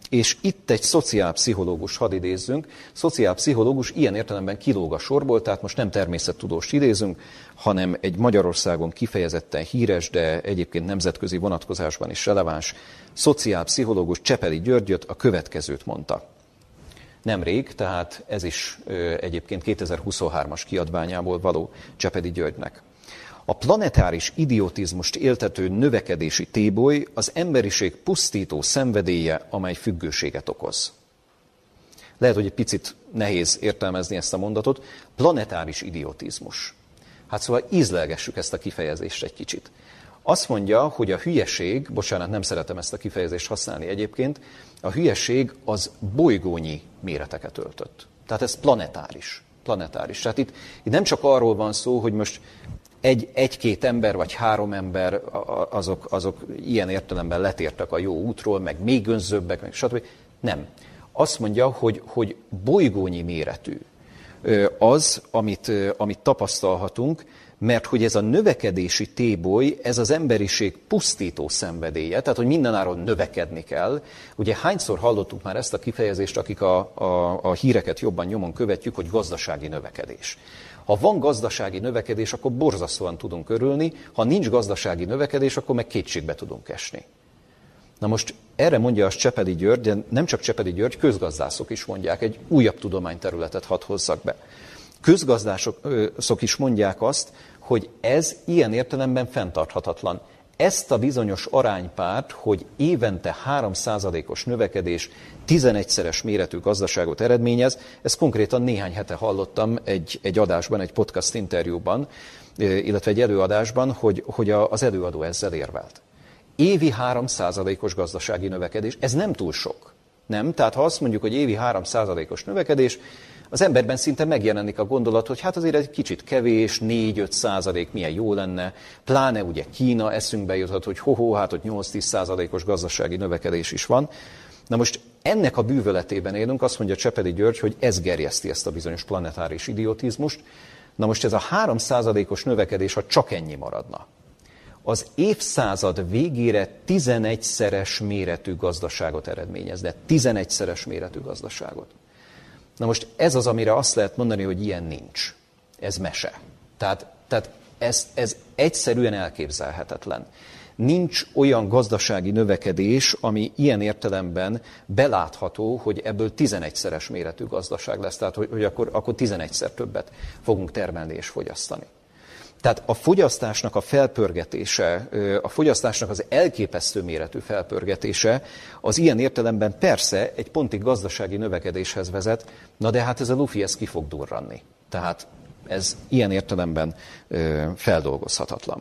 És itt egy szociálpszichológus, hadd idézzünk, szociálpszichológus ilyen értelemben kilóg a sorból, tehát most nem természettudóst idézünk, hanem egy Magyarországon kifejezetten híres, de egyébként nemzetközi vonatkozásban is releváns szociálpszichológus Csepeli Györgyöt a következőt mondta. Nemrég, tehát ez is egyébként kétezer-huszonhármas kiadványából való Csepeli Györgynek. A planetáris idiotizmust éltető növekedési téboly az emberiség pusztító szenvedélye, amely függőséget okoz. Lehet, hogy egy picit nehéz értelmezni ezt a mondatot. Planetáris idiotizmus. Hát szóval ízlelgessük ezt a kifejezést egy kicsit. Azt mondja, hogy a hülyeség, bocsánat, nem szeretem ezt a kifejezést használni egyébként, a hülyeség az bolygónyi méreteket öltött. Tehát ez planetáris. planetáris. Tehát itt, itt nem csak arról van szó, hogy most egy, egy-két ember vagy három ember, azok, azok ilyen értelemben letértek a jó útról, meg még önzőbbek, meg stb. Nem. Azt mondja, hogy, hogy bolygónyi méretű az, amit, amit tapasztalhatunk, mert hogy ez a növekedési téboly, ez az emberiség pusztító szenvedélye, tehát hogy mindenáron növekedni kell. Ugye hányszor hallottuk már ezt a kifejezést, akik a, a, a híreket jobban nyomon követjük, hogy gazdasági növekedés. Ha van gazdasági növekedés, akkor borzasztóan tudunk örülni, ha nincs gazdasági növekedés, akkor meg kétségbe tudunk esni. Na most erre mondja azt Csepeli György, de nem csak Csepeli György, közgazdászok is mondják, egy újabb tudományterületet hadd hozzak be. Közgazdászok is mondják azt, hogy ez ilyen értelemben fenntarthatatlan. Ezt a bizonyos aránypárt, hogy évente három százalékos növekedés tizenegyszeres méretű gazdaságot eredményez, ezt konkrétan néhány hete hallottam egy, egy adásban, egy podcast interjúban, illetve egy előadásban, hogy, hogy az előadó ezzel érvelt. Évi három százalékos gazdasági növekedés, ez nem túl sok. Nem? Tehát ha azt mondjuk, hogy évi három százalékos növekedés, az emberben szinte megjelenik a gondolat, hogy hát azért egy kicsit kevés, négy-öt százalék milyen jó lenne, pláne ugye Kína, eszünkbe juthat, hogy ho-ho, hát ott nyolc-tíz százalékos gazdasági növekedés is van. Na most ennek a bűvöletében élünk, azt mondja Csepeli György, hogy ez gerjeszti ezt a bizonyos planetáris idiotizmust. Na most ez a három százalékos növekedés, ha csak ennyi maradna, az évszázad végére tizenegyszeres méretű gazdaságot eredményezne. tizenegyszeres méretű gazdaságot. Na most ez az, amire azt lehet mondani, hogy ilyen nincs. Ez mese. Tehát, tehát ez, ez egyszerűen elképzelhetetlen. Nincs olyan gazdasági növekedés, ami ilyen értelemben belátható, hogy ebből tizenegyszeres méretű gazdaság lesz, tehát hogy, hogy akkor, akkor tizenegyszer többet fogunk termelni és fogyasztani. Tehát a fogyasztásnak a felpörgetése, a fogyasztásnak az elképesztő méretű felpörgetése az ilyen értelemben persze egy pontig gazdasági növekedéshez vezet, na de hát ez a lufi, ez ki fog durranni. Tehát ez ilyen értelemben feldolgozhatatlan.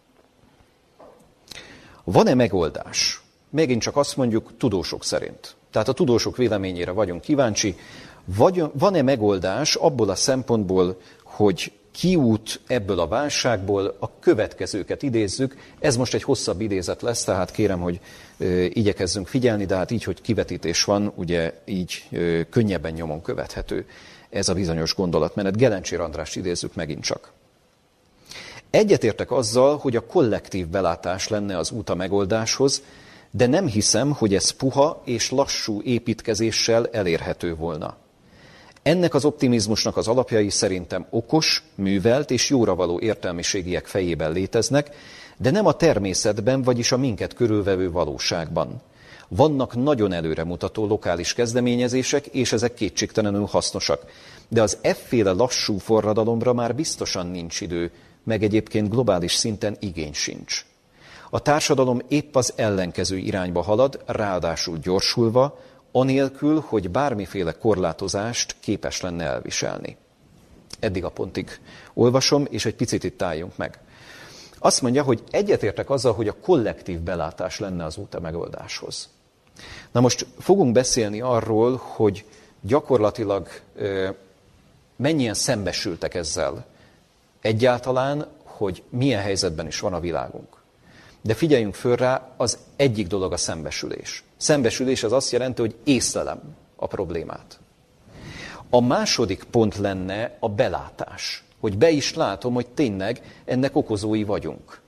Van-e megoldás? Megint csak azt mondjuk tudósok szerint. Tehát a tudósok véleményére vagyunk kíváncsi. Van-e megoldás abból a szempontból, hogy kiút ebből a válságból, a következőket idézzük. Ez most egy hosszabb idézet lesz, tehát kérem, hogy ö, igyekezzünk figyelni, de hát így, hogy kivetítés van, ugye így ö, könnyebben nyomon követhető ez a bizonyos gondolatmenet. Gelencsér Andrást idézzük megint csak. Egyetértek azzal, hogy a kollektív belátás lenne az út a megoldáshoz, de nem hiszem, hogy ez puha és lassú építkezéssel elérhető volna. Ennek az optimizmusnak az alapjai szerintem okos, művelt és jóravaló értelmiségiek fejében léteznek, de nem a természetben, vagyis a minket körülvevő valóságban. Vannak nagyon előremutató lokális kezdeményezések, és ezek kétségtelenül hasznosak. De az efféle lassú forradalomra már biztosan nincs idő, meg egyébként globális szinten igény sincs. A társadalom épp az ellenkező irányba halad, ráadásul gyorsulva, anélkül, hogy bármiféle korlátozást képes lenne elviselni. Eddig a pontig olvasom, és egy picit itt álljunk meg. Azt mondja, hogy egyetértek azzal, hogy a kollektív belátás lenne az út a megoldáshoz. Na most fogunk beszélni arról, hogy gyakorlatilag mennyien szembesültek ezzel egyáltalán, hogy milyen helyzetben is van a világunk. De figyeljünk föl rá, az egyik dolog a szembesülés. Szembesülés az azt jelenti, hogy észlelem a problémát. A második pont lenne a belátás, hogy be is látom, hogy tényleg ennek okozói vagyunk.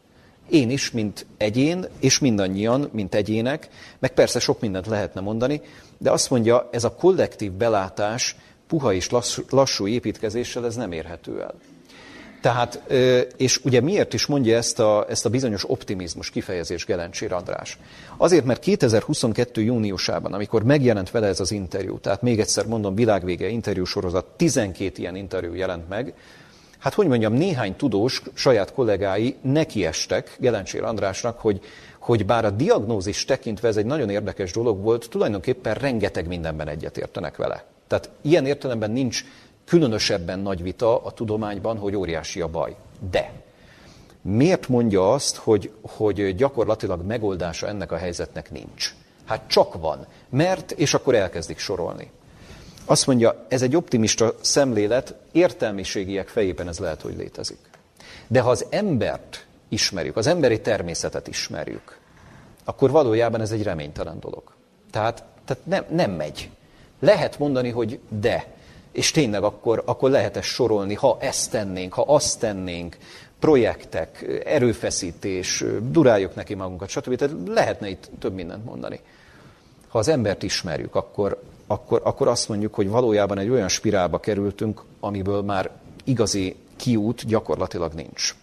Én is, mint egyén, és mindannyian, mint egyének, meg persze sok mindent lehetne mondani, de azt mondja, ez a kollektív belátás puha és lassú építkezéssel ez nem érhető el. Tehát, és ugye miért is mondja ezt a, ezt a bizonyos optimizmus kifejezés Gelencsér András? Azért, mert kétezer-huszonkettő júniusában, amikor megjelent vele ez az interjú, tehát még egyszer mondom, világvége interjúsorozat, tizenkét ilyen interjú jelent meg, hát hogy mondjam, néhány tudós, saját kollégái nekiestek Gelencsér Andrásnak, hogy, hogy bár a diagnózis tekintve ez egy nagyon érdekes dolog volt, tulajdonképpen rengeteg mindenben egyetértenek vele. Tehát ilyen értelemben nincs különösebben nagy vita a tudományban, hogy óriási a baj. De miért mondja azt, hogy, hogy gyakorlatilag megoldása ennek a helyzetnek nincs? Hát csak van, mert, és akkor elkezdik sorolni. Azt mondja, ez egy optimista szemlélet, értelmiségiek fejében ez lehet, hogy létezik. De ha az embert ismerjük, az emberi természetet ismerjük, akkor valójában ez egy reménytelen dolog. Tehát, tehát nem, nem megy. Lehet mondani, hogy de, és tényleg akkor, akkor lehet ezt sorolni, ha ezt tennénk, ha azt tennénk, projektek, erőfeszítés, duráljuk neki magunkat, stb. Tehát lehetne itt több mindent mondani. Ha az embert ismerjük, akkor, akkor, akkor azt mondjuk, hogy valójában egy olyan spirálba kerültünk, amiből már igazi kiút gyakorlatilag nincs.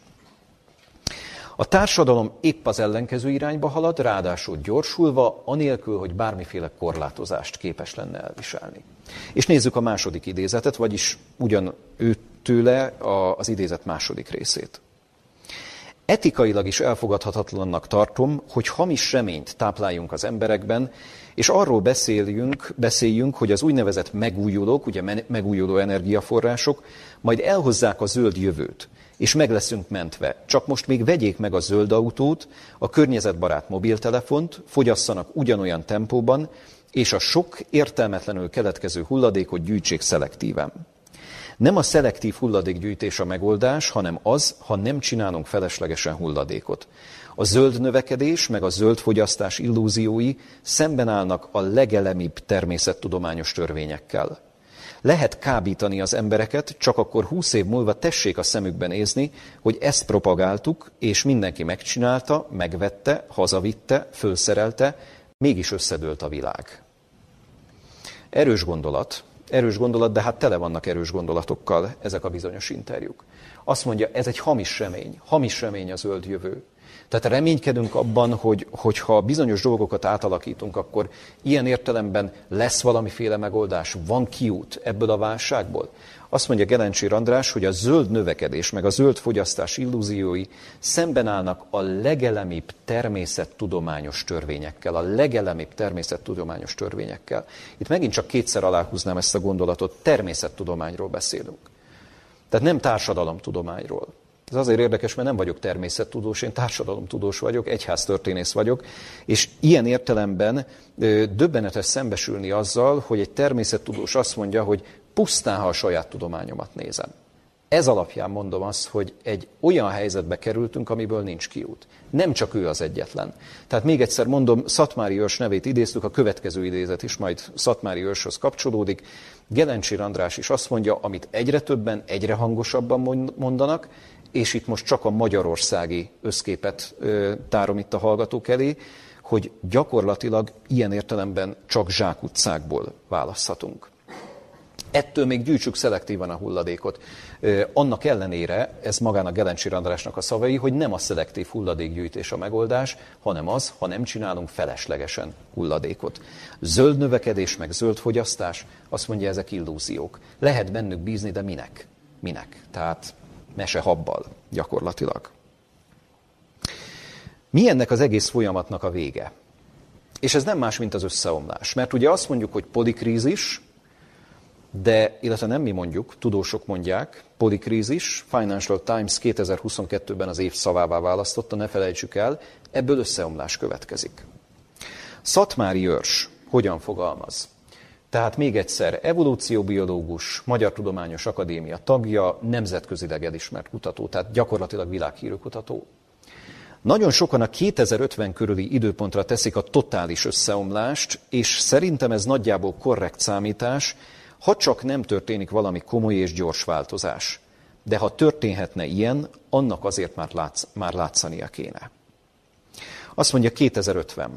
A társadalom épp az ellenkező irányba halad, ráadásul gyorsulva, anélkül, hogy bármiféle korlátozást képes lenne elviselni. És nézzük a második idézetet, vagyis ugyan őtőle az idézet második részét. Etikailag is elfogadhatatlannak tartom, hogy hamis reményt tápláljunk az emberekben, és arról beszéljünk, beszéljünk, hogy az úgynevezett megújulók, ugye megújuló energiaforrások, majd elhozzák a zöld jövőt, és meg leszünk mentve. Csak most még vegyék meg a zöld autót, a környezetbarát mobiltelefont, fogyasszanak ugyanolyan tempóban, és a sok értelmetlenül keletkező hulladékot gyűjtsék szelektíven. Nem a szelektív hulladékgyűjtés a megoldás, hanem az, ha nem csinálunk feleslegesen hulladékot. A zöld növekedés meg a zöld fogyasztás illúziói szemben állnak a legelemibb természettudományos törvényekkel. Lehet kábítani az embereket, csak akkor húsz év múlva tessék a szemükben nézni, hogy ezt propagáltuk, és mindenki megcsinálta, megvette, hazavitte, fölszerelte, mégis összedőlt a világ. Erős gondolat, erős gondolat, de hát tele vannak erős gondolatokkal ezek a bizonyos interjúk. Azt mondja, ez egy hamis remény, hamis remény a zöld jövő. Tehát reménykedünk abban, hogy, hogy ha bizonyos dolgokat átalakítunk, akkor ilyen értelemben lesz valamiféle megoldás, van kiút ebből a válságból. Azt mondja Gelencsér András, hogy a zöld növekedés, meg a zöld fogyasztás illúziói szemben állnak a legelemibb természettudományos törvényekkel, a legelemibb természettudományos törvényekkel. Itt megint csak kétszer aláhúznám ezt a gondolatot, természettudományról beszélünk. Tehát nem társadalomtudományról. Ez azért érdekes, mert nem vagyok természettudós, én társadalomtudós vagyok, egyháztörténész vagyok, és ilyen értelemben döbbenetes szembesülni azzal, hogy egy természettudós azt mondja, hogy pusztán, ha a saját tudományomat nézem. Ez alapján mondom azt, hogy egy olyan helyzetbe kerültünk, amiből nincs kiút. Nem csak ő az egyetlen. Tehát még egyszer mondom, Szatmári Őrs nevét idéztük, a következő idézet is majd Szatmári Őrshöz kapcsolódik. Gelencsér András is azt mondja, amit egyre többen, egyre hangosabban mondanak, és itt most csak a magyarországi összképet ö, tárom itt a hallgatók elé, hogy gyakorlatilag ilyen értelemben csak zsákutcákból választhatunk. Ettől még gyűjtsük szelektívan a hulladékot. Ö, annak ellenére, ez magának Gelencsér Andrásnak a szavai, hogy nem a szelektív hulladékgyűjtés a megoldás, hanem az, ha nem csinálunk feleslegesen hulladékot. Zöld növekedés, meg zöld fogyasztás, azt mondja, ezek illúziók. Lehet bennük bízni, de minek? Minek? Tehát mesehabbal gyakorlatilag. Mi ennek az egész folyamatnak a vége? És ez nem más, mint az összeomlás. Mert ugye azt mondjuk, hogy polikrízis, de, illetve nem mi mondjuk, tudósok mondják, polikrízis, Financial Times kétezer-huszonkettőben az év szavává választotta, ne felejtsük el, ebből összeomlás következik. Szatmári Őrs hogyan fogalmaz? Tehát még egyszer, evolúcióbiológus, Magyar Tudományos Akadémia tagja, nemzetközileg elismert kutató, tehát gyakorlatilag világhírű kutató. Nagyon sokan a kétezer-ötven körüli időpontra teszik a totális összeomlást, és szerintem ez nagyjából korrekt számítás, ha csak nem történik valami komoly és gyors változás. de ha történhetne ilyen, annak azért már, látsz, már látszania kéne. Azt mondja kétezer-ötven.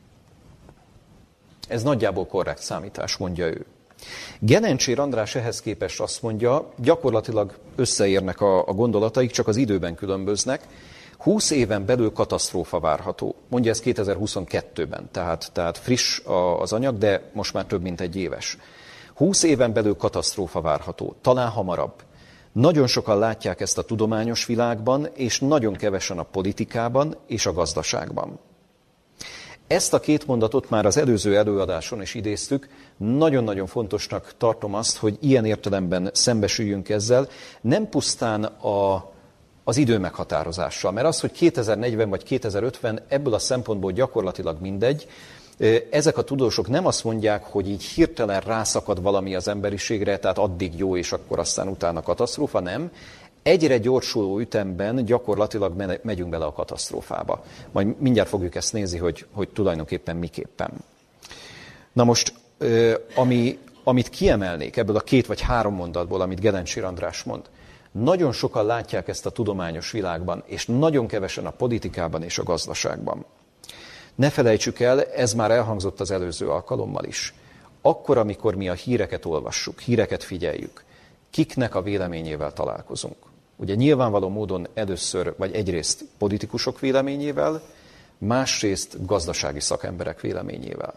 Ez nagyjából korrekt számítás, mondja ő. Gerencsér András ehhez képest azt mondja, gyakorlatilag összeérnek a, a gondolataik, csak az időben különböznek. húsz éven belül katasztrófa várható. Mondja ez kétezer-huszonkettőben, tehát, tehát friss az anyag, de most már több mint egy éves. húsz éven belül katasztrófa várható, talán hamarabb. Nagyon sokan látják ezt a tudományos világban, és nagyon kevesen a politikában és a gazdaságban. Ezt a két mondatot már az előző előadáson is idéztük, nagyon-nagyon fontosnak tartom azt, hogy ilyen értelemben szembesüljünk ezzel, nem pusztán a, az idő meghatározással, mert az, hogy kétezer-negyven vagy kétezer-ötven ebből a szempontból gyakorlatilag mindegy, ezek a tudósok nem azt mondják, hogy így hirtelen rászakad valami az emberiségre, tehát addig jó, és akkor aztán utána katasztrófa, nem. Egyre gyorsuló ütemben gyakorlatilag megyünk bele a katasztrófába. Majd mindjárt fogjuk ezt nézni, hogy, hogy tulajdonképpen miképpen. Na most, ami, amit kiemelnék ebből a két vagy három mondatból, amit Gerencsér András mond, nagyon sokan látják ezt a tudományos világban, és nagyon kevesen a politikában és a gazdaságban. Ne felejtsük el, ez már elhangzott az előző alkalommal is. Akkor, amikor mi a híreket olvassuk, híreket figyeljük, kiknek a véleményével találkozunk. Ugye nyilvánvaló módon először, vagy egyrészt politikusok véleményével, másrészt gazdasági szakemberek véleményével.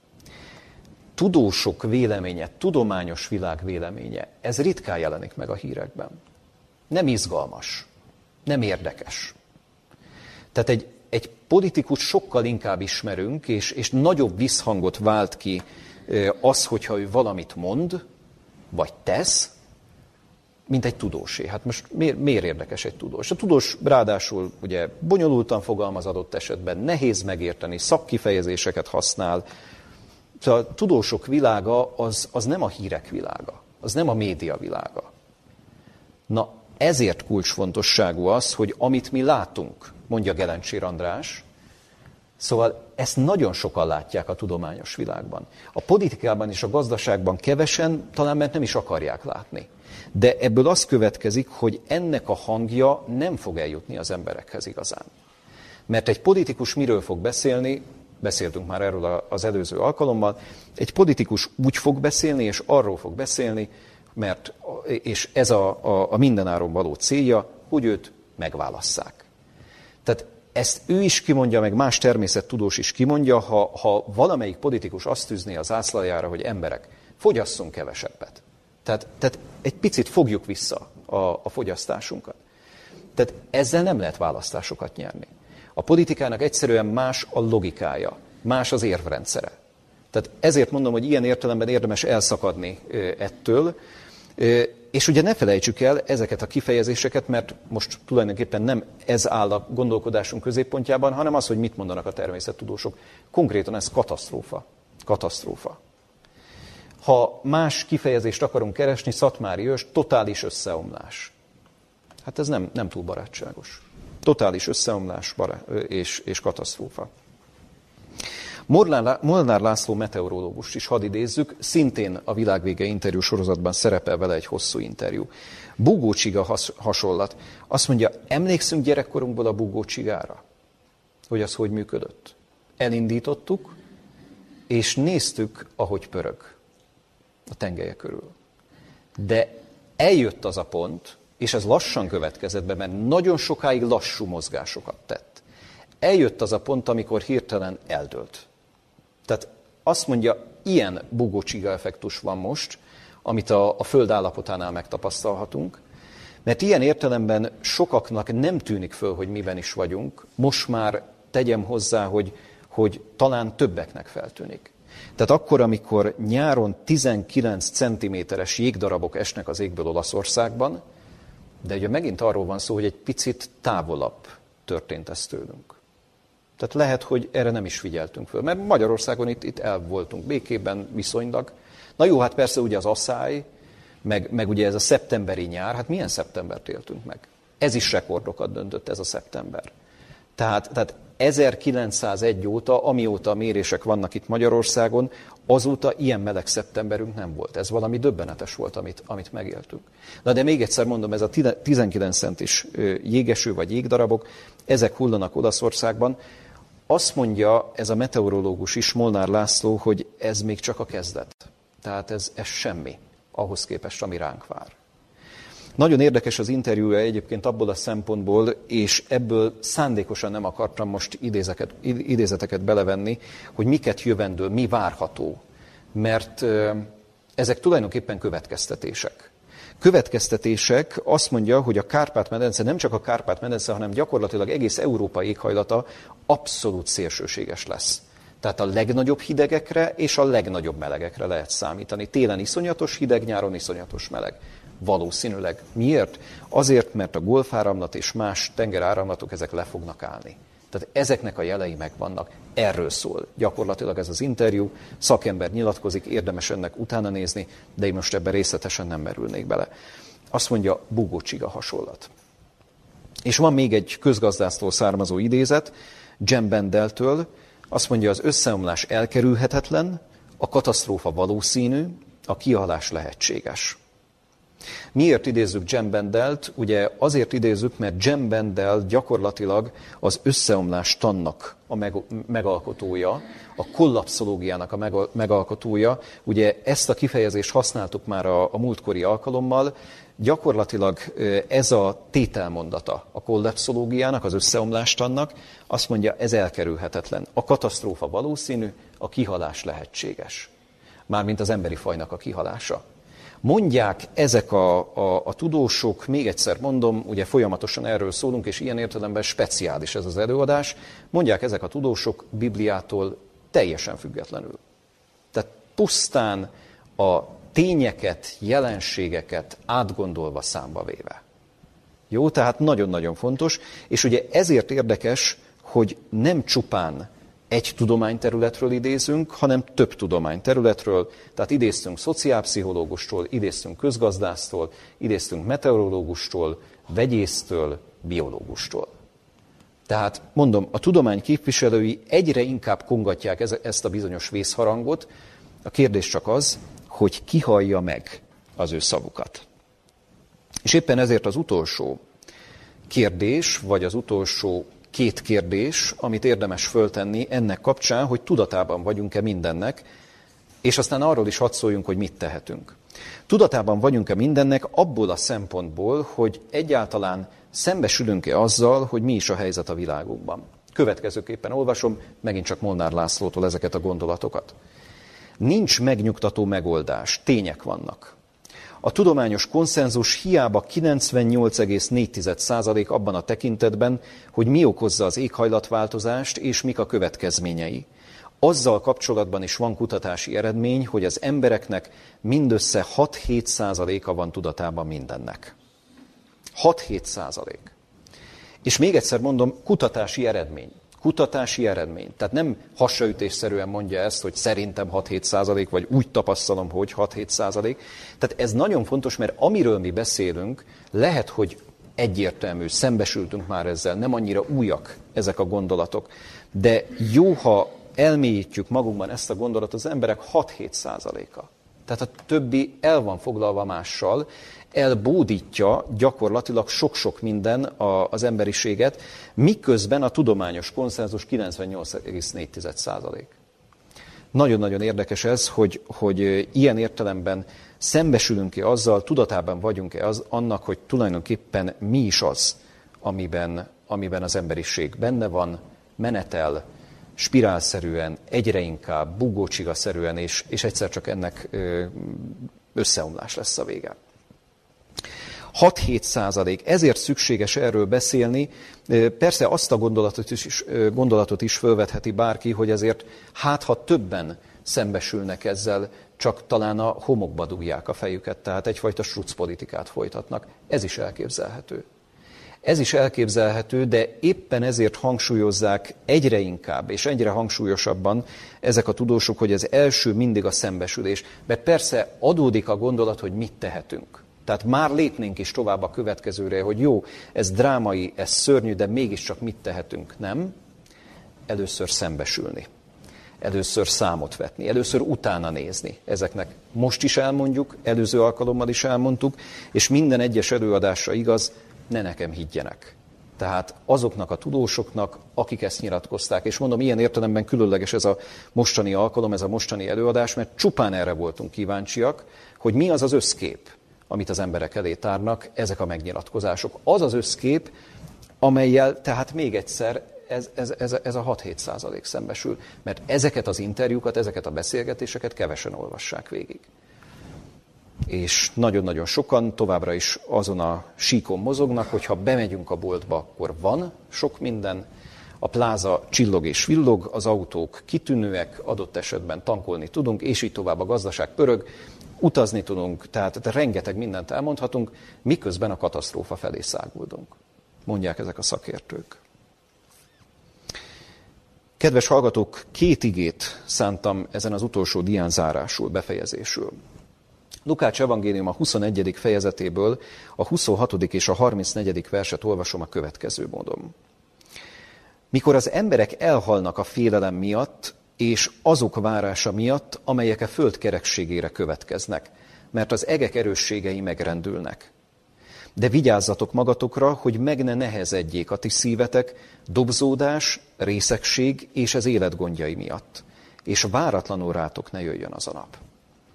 Tudósok véleménye, tudományos világ véleménye, ez ritkán jelenik meg a hírekben. Nem izgalmas, nem érdekes. Tehát egy, egy politikus sokkal inkább ismerünk, és, és nagyobb visszhangot vált ki az, hogyha ő valamit mond, vagy tesz, mint egy tudósé. Hát most miért, miért érdekes egy tudós? A tudós ráadásul ugye bonyolultan fogalmaz adott esetben, nehéz megérteni, szakkifejezéseket használ. Szóval a tudósok világa az, az nem a hírek világa, az nem a média világa. Na, ezért kulcsfontosságú az, hogy amit mi látunk, mondja Gerencsér András, szóval ezt nagyon sokan látják a tudományos világban. A politikában és a gazdaságban kevesen, talán mert nem is akarják látni. De ebből az következik, hogy ennek a hangja nem fog eljutni az emberekhez igazán. Mert egy politikus miről fog beszélni, beszéltünk már erről az előző alkalommal, egy politikus úgy fog beszélni, és arról fog beszélni, mert, és ez a, a, a mindenáron való célja, hogy őt megválasszák. Tehát ezt ő is kimondja, meg más természettudós is kimondja, ha, ha valamelyik politikus azt tűzné az zászlajára, hogy emberek, fogyasszunk kevesebbet. Tehát, tehát egy picit fogjuk vissza a, a fogyasztásunkat. Tehát ezzel nem lehet választásokat nyerni. A politikának egyszerűen más a logikája, más az érvrendszere. Tehát ezért mondom, hogy ilyen értelemben érdemes elszakadni ettől, és ugye ne felejtsük el ezeket a kifejezéseket, mert most tulajdonképpen nem ez áll a gondolkodásunk középpontjában, hanem az, hogy mit mondanak a természettudósok. Konkrétan ez katasztrófa. Katasztrófa. Ha más kifejezést akarunk keresni, Szatmári ős, totális összeomlás. Hát ez nem, nem túl barátságos. Totális összeomlás és, és katasztrófa. Molnár László meteorológust is hadd idézzük, szintén a Világvége interjú sorozatban szerepel vele egy hosszú interjú. Bugócsiga has, hasonlat. Azt mondja, emlékszünk gyerekkorunkból a bugócsigára? Hogy az hogy működött? Elindítottuk, és néztük, ahogy pörög a tengelye körül. De eljött az a pont, és ez lassan következett be, mert nagyon sokáig lassú mozgásokat tett. Eljött az a pont, amikor hirtelen eldőlt. Tehát azt mondja, ilyen bugócsiga effektus van most, amit a, a Föld állapotánál megtapasztalhatunk, mert ilyen értelemben sokaknak nem tűnik föl, hogy miben is vagyunk, most már tegyem hozzá, hogy, hogy talán többeknek feltűnik. Tehát akkor, amikor nyáron tizenkilenc centiméteres jégdarabok esnek az égből Olaszországban, de ugye megint arról van szó, hogy egy picit távolabb történt ez tőlünk. Tehát lehet, hogy erre nem is figyeltünk föl, mert Magyarországon itt, itt el voltunk békében viszonylag. Na jó, hát persze ugye az asszály, meg, meg ugye ez a szeptemberi nyár, hát milyen szeptembert éltünk meg? Ez is rekordokat döntött ez a szeptember. Tehát, tehát ezerkilencszázegy óta, amióta a mérések vannak itt Magyarországon, Azóta ilyen meleg szeptemberünk nem volt. Ez valami döbbenetes volt, amit, amit megéltünk. Na de még egyszer mondom, ez a tizenkilenc centis jégeső vagy jégdarabok, ezek hullanak Olaszországban. Azt mondja ez a meteorológus is, Molnár László, hogy ez még csak a kezdet. Tehát ez, ez semmi ahhoz képest, ami ránk vár. Nagyon érdekes az interjúja egyébként abból a szempontból, és ebből szándékosan nem akartam most idézeket, idézeteket belevenni, hogy miket jövendől, mi várható. Mert ezek tulajdonképpen következtetések. Következtetések azt mondja, hogy a Kárpát-medence, nem csak a Kárpát-medence, hanem gyakorlatilag egész Európa éghajlata abszolút szélsőséges lesz. Tehát a legnagyobb hidegekre és a legnagyobb melegekre lehet számítani. Télen iszonyatos hideg, nyáron iszonyatos meleg. Valószínűleg. Miért? Azért, mert a golfáramlat és más tengeráramlatok ezek le fognak állni. Tehát ezeknek a jelei megvannak. Erről szól gyakorlatilag ez az interjú. Szakember nyilatkozik, érdemes ennek utána nézni, de én most ebben részletesen nem merülnék bele. Azt mondja, bugócsiga hasonlat. És van még egy közgazdásztól származó idézet, Jem Bendeltől. Azt mondja, az összeomlás elkerülhetetlen, a katasztrófa valószínű, a kihalás lehetséges. Miért idézzük Jem Bendelt? Ugye azért idézzük, mert Jem Bendel gyakorlatilag az összeomlás tannak a megalkotója, a kollapszológiának a megalkotója. Ugye ezt a kifejezést használtuk már a, a múltkori alkalommal. Gyakorlatilag ez a tételmondata a kollapszológiának, az összeomlás tannak, azt mondja, ez elkerülhetetlen. A katasztrófa valószínű, a kihalás lehetséges. Mármint az emberi fajnak a kihalása. Mondják ezek a, a, a tudósok, még egyszer mondom, ugye folyamatosan erről szólunk, és ilyen értelemben speciális ez az előadás, mondják ezek a tudósok Bibliától teljesen függetlenül. Tehát pusztán a tényeket, jelenségeket átgondolva számba véve. Jó, tehát nagyon-nagyon fontos, és ugye ezért érdekes, hogy nem csupán egy tudományterületről idézünk, hanem több tudományterületről. Tehát idéztünk szociálpszichológustól, idéztünk közgazdásztól, idéztünk meteorológustól, vegyésztől, biológustól. Tehát mondom, a tudomány képviselői egyre inkább kongatják ezt a bizonyos vészharangot. A kérdés csak az, hogy ki hallja meg az ő szavukat. És éppen ezért az utolsó kérdés, vagy az utolsó két kérdés, amit érdemes föltenni ennek kapcsán, hogy tudatában vagyunk-e mindennek, és aztán arról is hadd szóljunk, hogy mit tehetünk. Tudatában vagyunk-e mindennek abból a szempontból, hogy egyáltalán szembesülünk-e azzal, hogy mi is a helyzet a világunkban. Következőképpen olvasom, megint csak Molnár Lászlótól ezeket a gondolatokat. Nincs megnyugtató megoldás, tények vannak. A tudományos konszenzus hiába kilencvennyolc egész négy százalék abban a tekintetben, hogy mi okozza az éghajlatváltozást és mik a következményei. Azzal kapcsolatban is van kutatási eredmény, hogy az embereknek mindössze hat-hét százaléka van tudatában mindennek. hat-hét százalék. És még egyszer mondom, kutatási eredmény. Kutatási eredmény. Tehát nem hasraütésszerűen mondja ezt, hogy szerintem hat-hét százalék, vagy úgy tapasztalom, hogy hat-hét százalék. Tehát ez nagyon fontos, mert amiről mi beszélünk, lehet, hogy egyértelmű, szembesültünk már ezzel, nem annyira újak ezek a gondolatok. De jó, ha elmélyítjük magunkban ezt a gondolatot, az emberek hat-hét százaléka. Tehát a többi el van foglalva mással, elbódítja gyakorlatilag sok-sok minden az emberiséget, miközben a tudományos konszenzus kilencvennyolc egész négy százalék. Nagyon-nagyon érdekes ez, hogy, hogy ilyen értelemben szembesülünk-e azzal, tudatában vagyunk-e az, annak, hogy tulajdonképpen mi is az, amiben, amiben az emberiség benne van, menetel, spirálszerűen, egyre inkább, bugócsigaszerűen, és, és egyszer csak ennek összeomlás lesz a vége. hat-hét százalék, ezért szükséges erről beszélni. Persze azt a gondolatot is, gondolatot is fölvetheti bárki, hogy azért hát ha többen szembesülnek ezzel, csak talán a homokba dugják a fejüket, tehát egyfajta struccpolitikát folytatnak. Ez is elképzelhető. Ez is elképzelhető, de éppen ezért hangsúlyozzák egyre inkább, és egyre hangsúlyosabban ezek a tudósok, hogy az első mindig a szembesülés. Mert persze adódik a gondolat, hogy mit tehetünk. Tehát már lépnénk is tovább a következőre, hogy jó, ez drámai, ez szörnyű, de mégiscsak mit tehetünk, nem? Először szembesülni. először számot vetni, először utána nézni ezeknek. Most is elmondjuk, előző alkalommal is elmondtuk, és minden egyes előadásra igaz, ne nekem higgyenek. Tehát azoknak a tudósoknak, akik ezt nyilatkozták. És mondom, ilyen értelemben különleges ez a mostani alkalom, ez a mostani előadás, mert csupán erre voltunk kíváncsiak, hogy mi az az összkép, amit az emberek elé tárnak, ezek a megnyilatkozások. Az az összkép, amellyel tehát még egyszer ez, ez, ez, ez a hat-hét százalék szembesül. Mert ezeket az interjúkat, ezeket a beszélgetéseket kevesen olvassák végig. És nagyon-nagyon sokan továbbra is azon a síkon mozognak, hogyha bemegyünk a boltba, akkor van sok minden, a pláza csillog és villog, az autók kitűnőek, adott esetben tankolni tudunk, és így tovább a gazdaság pörög, utazni tudunk, tehát rengeteg mindent elmondhatunk, miközben a katasztrófa felé száguldunk. Mondják ezek a szakértők. Kedves hallgatók, két igét szántam ezen az utolsó dián zárásul, befejezésül. Lukács evangélium a huszonegyedik fejezetéből a huszonhatodik és a harmincnegyedik verset olvasom a következő módon. Mikor az emberek elhalnak a félelem miatt, és azok várása miatt, amelyek a föld kerekségére következnek, mert az egek erősségei megrendülnek. De vigyázzatok magatokra, hogy meg ne nehezedjék a ti szívetek dobzódás, részegség és az élet gondjai miatt, és váratlanul rátok ne jöjjön az a nap.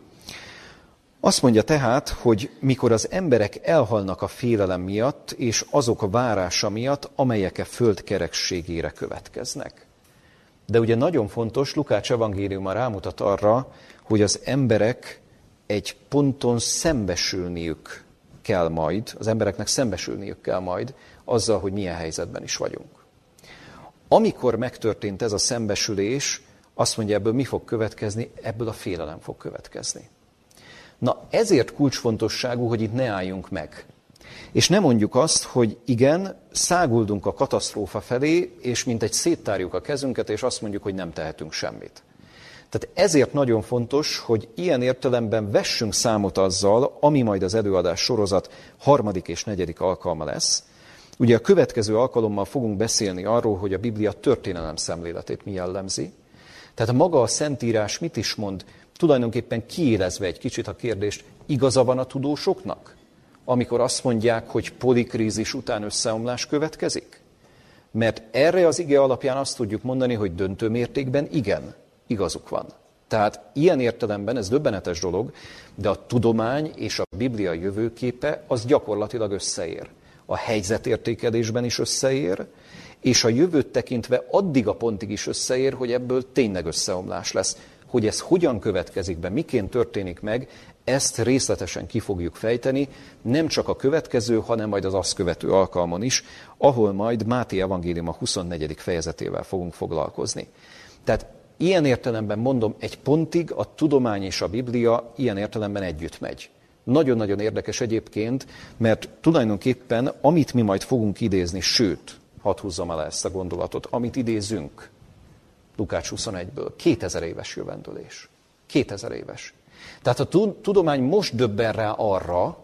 Azt mondja tehát, hogy mikor az emberek elhalnak a félelem miatt, és azok a várása miatt, amelyek a föld kerekségére következnek. De ugye nagyon fontos, Lukács evangéliuma rámutat arra, hogy az emberek egy ponton szembesülniük kell majd, az embereknek szembesülniük kell majd azzal, hogy milyen helyzetben is vagyunk. Amikor megtörtént ez a szembesülés, azt mondja, ebből mi fog következni? Ebből a félelem fog következni. Na ezért kulcsfontosságú, hogy itt ne álljunk meg. És ne mondjuk azt, hogy igen, száguldunk a katasztrófa felé, és mintegy széttárjuk a kezünket, és azt mondjuk, hogy nem tehetünk semmit. Tehát ezért nagyon fontos, hogy ilyen értelemben vessünk számot azzal, ami majd az előadás sorozat harmadik és negyedik alkalma lesz. Ugye a következő alkalommal fogunk beszélni arról, hogy a Biblia történelem szemléletét mi jellemzi. Tehát maga a Szentírás mit is mond, tulajdonképpen kiélezve egy kicsit a kérdést, igaza van a tudósoknak, amikor azt mondják, hogy polikrízis után összeomlás következik? Mert erre az ige alapján azt tudjuk mondani, hogy döntő mértékben igen, igazuk van. Tehát ilyen értelemben ez döbbenetes dolog, de a tudomány és a Biblia jövőképe az gyakorlatilag összeér. A helyzetértékelésben is összeér, és a jövőt tekintve addig a pontig is összeér, hogy ebből tényleg összeomlás lesz. Hogy ez hogyan következik be, miként történik meg, ezt részletesen ki fogjuk fejteni, nem csak a következő, hanem majd az azt követő alkalmon is, ahol majd Máté evangélium a huszonnegyedik fejezetével fogunk foglalkozni. Tehát ilyen értelemben mondom, egy pontig a tudomány és a Biblia ilyen értelemben együtt megy. Nagyon-nagyon érdekes egyébként, mert tulajdonképpen amit mi majd fogunk idézni, sőt, hadd húzzam el ezt a gondolatot, amit idézünk Lukács huszonegyből, kétezer éves jövendőlés. kétezer éves. Tehát a tudomány most döbben rá arra,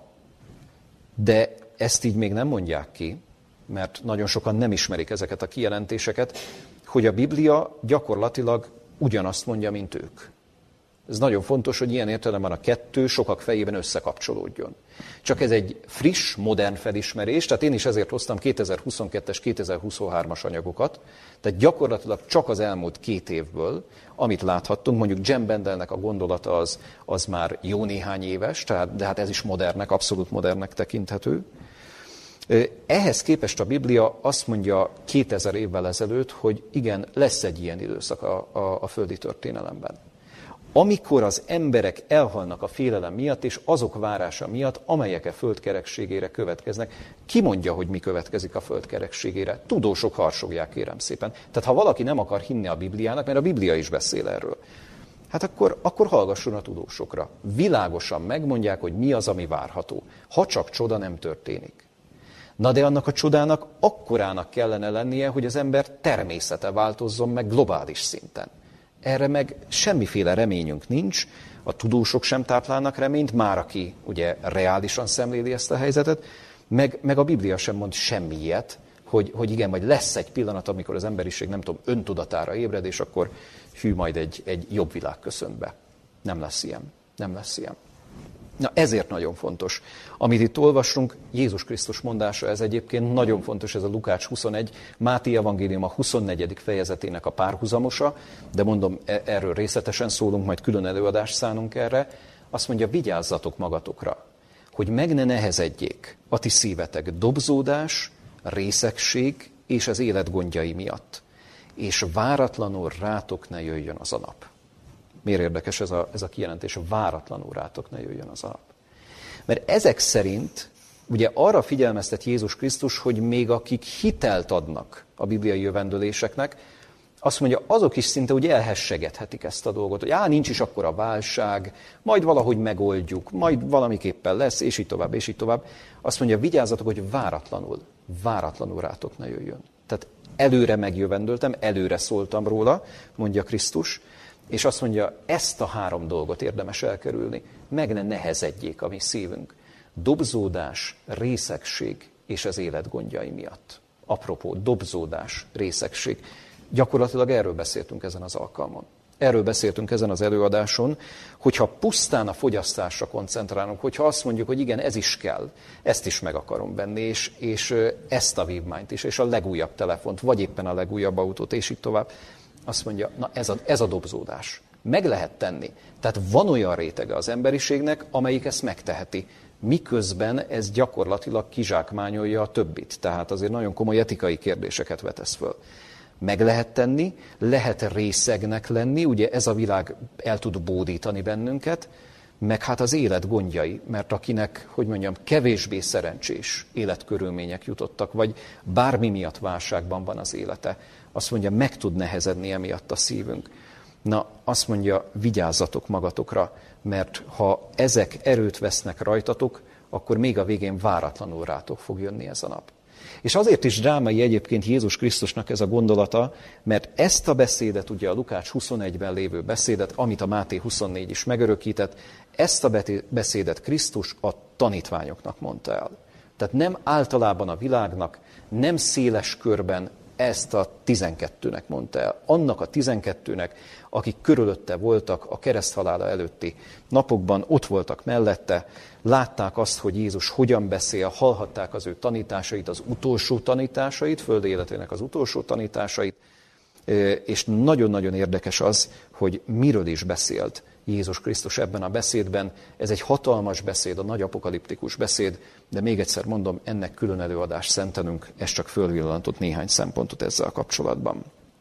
de ezt így még nem mondják ki, mert nagyon sokan nem ismerik ezeket a kijelentéseket, hogy a Biblia gyakorlatilag ugyanazt mondja, mint ők. Ez nagyon fontos, hogy ilyen értelemben a kettő sokak fejében összekapcsolódjon. Csak ez egy friss, modern felismerés, tehát én is ezért hoztam kétezer-huszonkettes, kétezer-huszonhármas anyagokat, tehát gyakorlatilag csak az elmúlt két évből, amit láthattunk, mondjuk Jem Bendelnek a gondolata az, az már jó néhány éves, tehát, de hát ez is modernnek, abszolút modernnek tekinthető. Ehhez képest a Biblia azt mondja kétezer évvel ezelőtt, hogy igen, lesz egy ilyen időszak a, a, a földi történelemben. Amikor az emberek elhalnak a félelem miatt, és azok várása miatt, amelyek a föld kerekségére következnek. Ki mondja, hogy mi következik a föld kerekségére? Tudósok harsogják, kérem szépen. Tehát ha valaki nem akar hinni a Bibliának, mert a Biblia is beszél erről, hát akkor, akkor hallgasson a tudósokra. Világosan megmondják, hogy mi az, ami várható. Ha csak csoda nem történik. Na de annak a csodának akkorának kellene lennie, hogy az ember természete változzon meg globális szinten. Erre meg semmiféle reményünk nincs, a tudósok sem táplálnak reményt, már aki ugye reálisan szemléli ezt a helyzetet, meg, meg a Biblia sem mond semmi ilyet, hogy, hogy igen, majd lesz egy pillanat, amikor az emberiség, nem tudom, öntudatára ébred, és akkor hű, majd egy, egy jobb világ köszönt be. Nem lesz ilyen. Nem lesz ilyen. Na ezért nagyon fontos. Amit itt olvasunk, Jézus Krisztus mondása, ez egyébként nagyon fontos, ez a Lukács huszonegy, Máté evangélium a huszonnegyedik fejezetének a párhuzamosa, de mondom, erről részletesen szólunk, majd külön előadást szánunk erre. Azt mondja, vigyázzatok magatokra, hogy meg ne nehezedjék a ti szívetek dobzódás, részegség és az élet gondjai miatt, és váratlanul rátok ne jöjjön az a nap. Miért érdekes ez a, ez a kijelentés, váratlanul rátok ne jöjjön az a nap? Mert ezek szerint ugye arra figyelmeztet Jézus Krisztus, hogy még akik hitelt adnak a bibliai jövendőléseknek, azt mondja, azok is szinte úgy elhessegethetik ezt a dolgot, hogy á, nincs is akkor a válság, majd valahogy megoldjuk, majd valamiképpen lesz, és így tovább, és így tovább. Azt mondja, vigyázzatok, hogy váratlanul, váratlanul rátok ne jöjjön. Tehát előre megjövendöltem, előre szóltam róla, mondja Krisztus, és azt mondja, ezt a három dolgot érdemes elkerülni, meg ne nehezedjék a mi szívünk. Dobzódás, részegség és az élet gondjai miatt. Apropó, dobzódás, részegség. Gyakorlatilag erről beszéltünk ezen az alkalmon. Erről beszéltünk ezen az előadáson, hogyha pusztán a fogyasztásra koncentrálunk, hogyha azt mondjuk, hogy igen, ez is kell, ezt is meg akarom venni, és, és ezt a vívmányt is, és a legújabb telefont, vagy éppen a legújabb autót, és így tovább, azt mondja, na ez a, ez a dobzódás. Meg lehet tenni. Tehát van olyan rétege az emberiségnek, amelyik ezt megteheti. Miközben ez gyakorlatilag kizsákmányolja a többit. Tehát azért nagyon komoly etikai kérdéseket vetesz föl. Meg lehet tenni, lehet részegnek lenni, ugye ez a világ el tud bódítani bennünket, meg hát az élet gondjai, mert akinek, hogy mondjam, kevésbé szerencsés életkörülmények jutottak, vagy bármi miatt válságban van az élete, azt mondja, meg tud nehezedni emiatt a szívünk. Na, azt mondja, vigyázzatok magatokra, mert ha ezek erőt vesznek rajtatok, akkor még a végén váratlanul rátok fog jönni ez a nap. És azért is drámai egyébként Jézus Krisztusnak ez a gondolata, mert ezt a beszédet, ugye a Lukács huszonegyben lévő beszédet, amit a Máté huszonnégy is megörökített, ezt a beszédet Krisztus a tanítványoknak mondta el. Tehát nem általában a világnak, nem széles körben ezt a tizenkettőnek mondta el. Annak a tizenkettőnek, akik körülötte voltak a kereszthalála előtti napokban, ott voltak mellette, látták azt, hogy Jézus hogyan beszél, hallhatták az ő tanításait, az utolsó tanításait, földi életének az utolsó tanításait, és nagyon-nagyon érdekes az, hogy miről is beszélt Jézus Krisztus ebben a beszédben. Ez egy hatalmas beszéd, a nagy apokaliptikus beszéd, de még egyszer mondom, ennek külön előadást szentelünk, ez csak fölvillantott néhány szempontot ezzel kapcsolatban.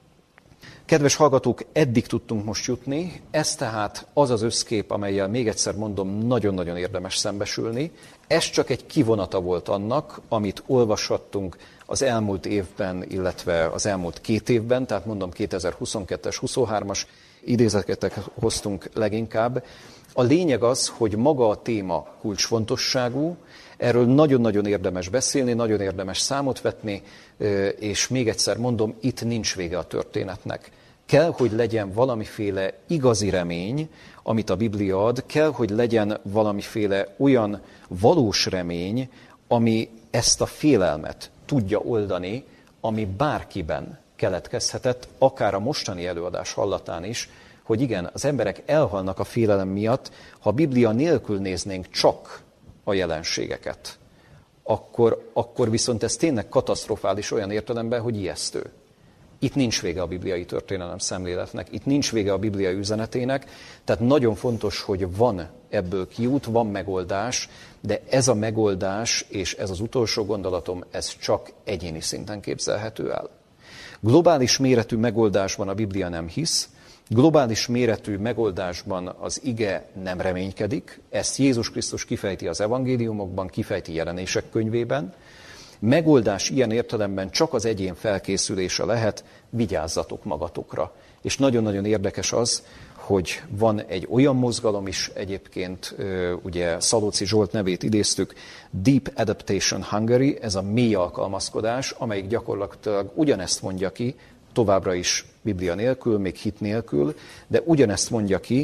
Kedves hallgatók, eddig tudtunk most jutni, ez tehát az az összkép, amellyel még egyszer mondom, nagyon-nagyon érdemes szembesülni. Ez csak egy kivonata volt annak, amit olvashattunk az elmúlt évben, illetve az elmúlt két évben, tehát mondom kétezer-huszonkettes, huszonhármas idézeteket hoztunk leginkább. A lényeg az, hogy maga a téma kulcsfontosságú, erről nagyon-nagyon érdemes beszélni, nagyon érdemes számot vetni, és még egyszer mondom, itt nincs vége a történetnek. Kell, hogy legyen valamiféle igazi remény, amit a Biblia ad, kell, hogy legyen valamiféle olyan valós remény, ami ezt a félelmet tudja oldani, ami bárkiben keletkezhetett, akár a mostani előadás hallatán is, hogy igen, az emberek elhalnak a félelem miatt, ha a Biblia nélkül néznénk csak a jelenségeket, akkor, akkor viszont ez tényleg katasztrofális olyan értelemben, hogy ijesztő. Itt nincs vége a bibliai történelem szemléletnek, itt nincs vége a Biblia üzenetének, tehát nagyon fontos, hogy van ebből kiút, van megoldás, de ez a megoldás, és ez az utolsó gondolatom, ez csak egyéni szinten képzelhető el. Globális méretű megoldásban a Biblia nem hisz, globális méretű megoldásban az ige nem reménykedik, ezt Jézus Krisztus kifejti az evangéliumokban, kifejti Jelenések könyvében. Megoldás ilyen értelemben csak az egyén felkészülése lehet, vigyázzatok magatokra. És nagyon-nagyon érdekes az, hogy van egy olyan mozgalom is egyébként, ugye Szalóci Zsolt nevét idéztük, Deep Adaptation Hungary, ez a mély alkalmazkodás, amelyik gyakorlatilag ugyanezt mondja ki, továbbra is Biblia nélkül, még hit nélkül, de ugyanezt mondja ki,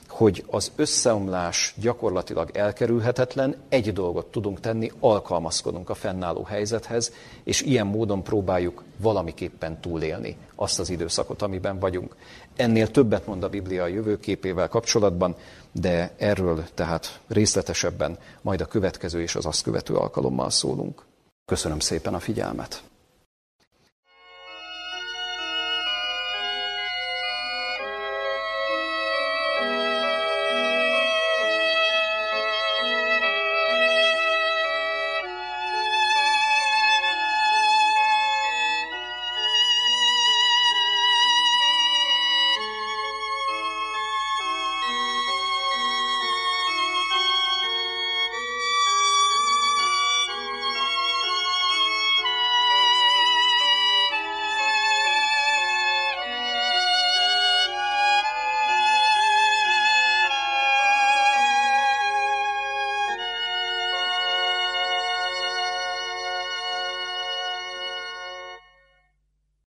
hogy az összeomlás gyakorlatilag elkerülhetetlen, egy dolgot tudunk tenni, alkalmazkodunk a fennálló helyzethez, és ilyen módon próbáljuk valamiképpen túlélni azt az időszakot, amiben vagyunk. Ennél többet mond a Biblia a jövőképével kapcsolatban, de erről tehát részletesebben majd a következő és az azt követő alkalommal szólunk. Köszönöm szépen a figyelmet!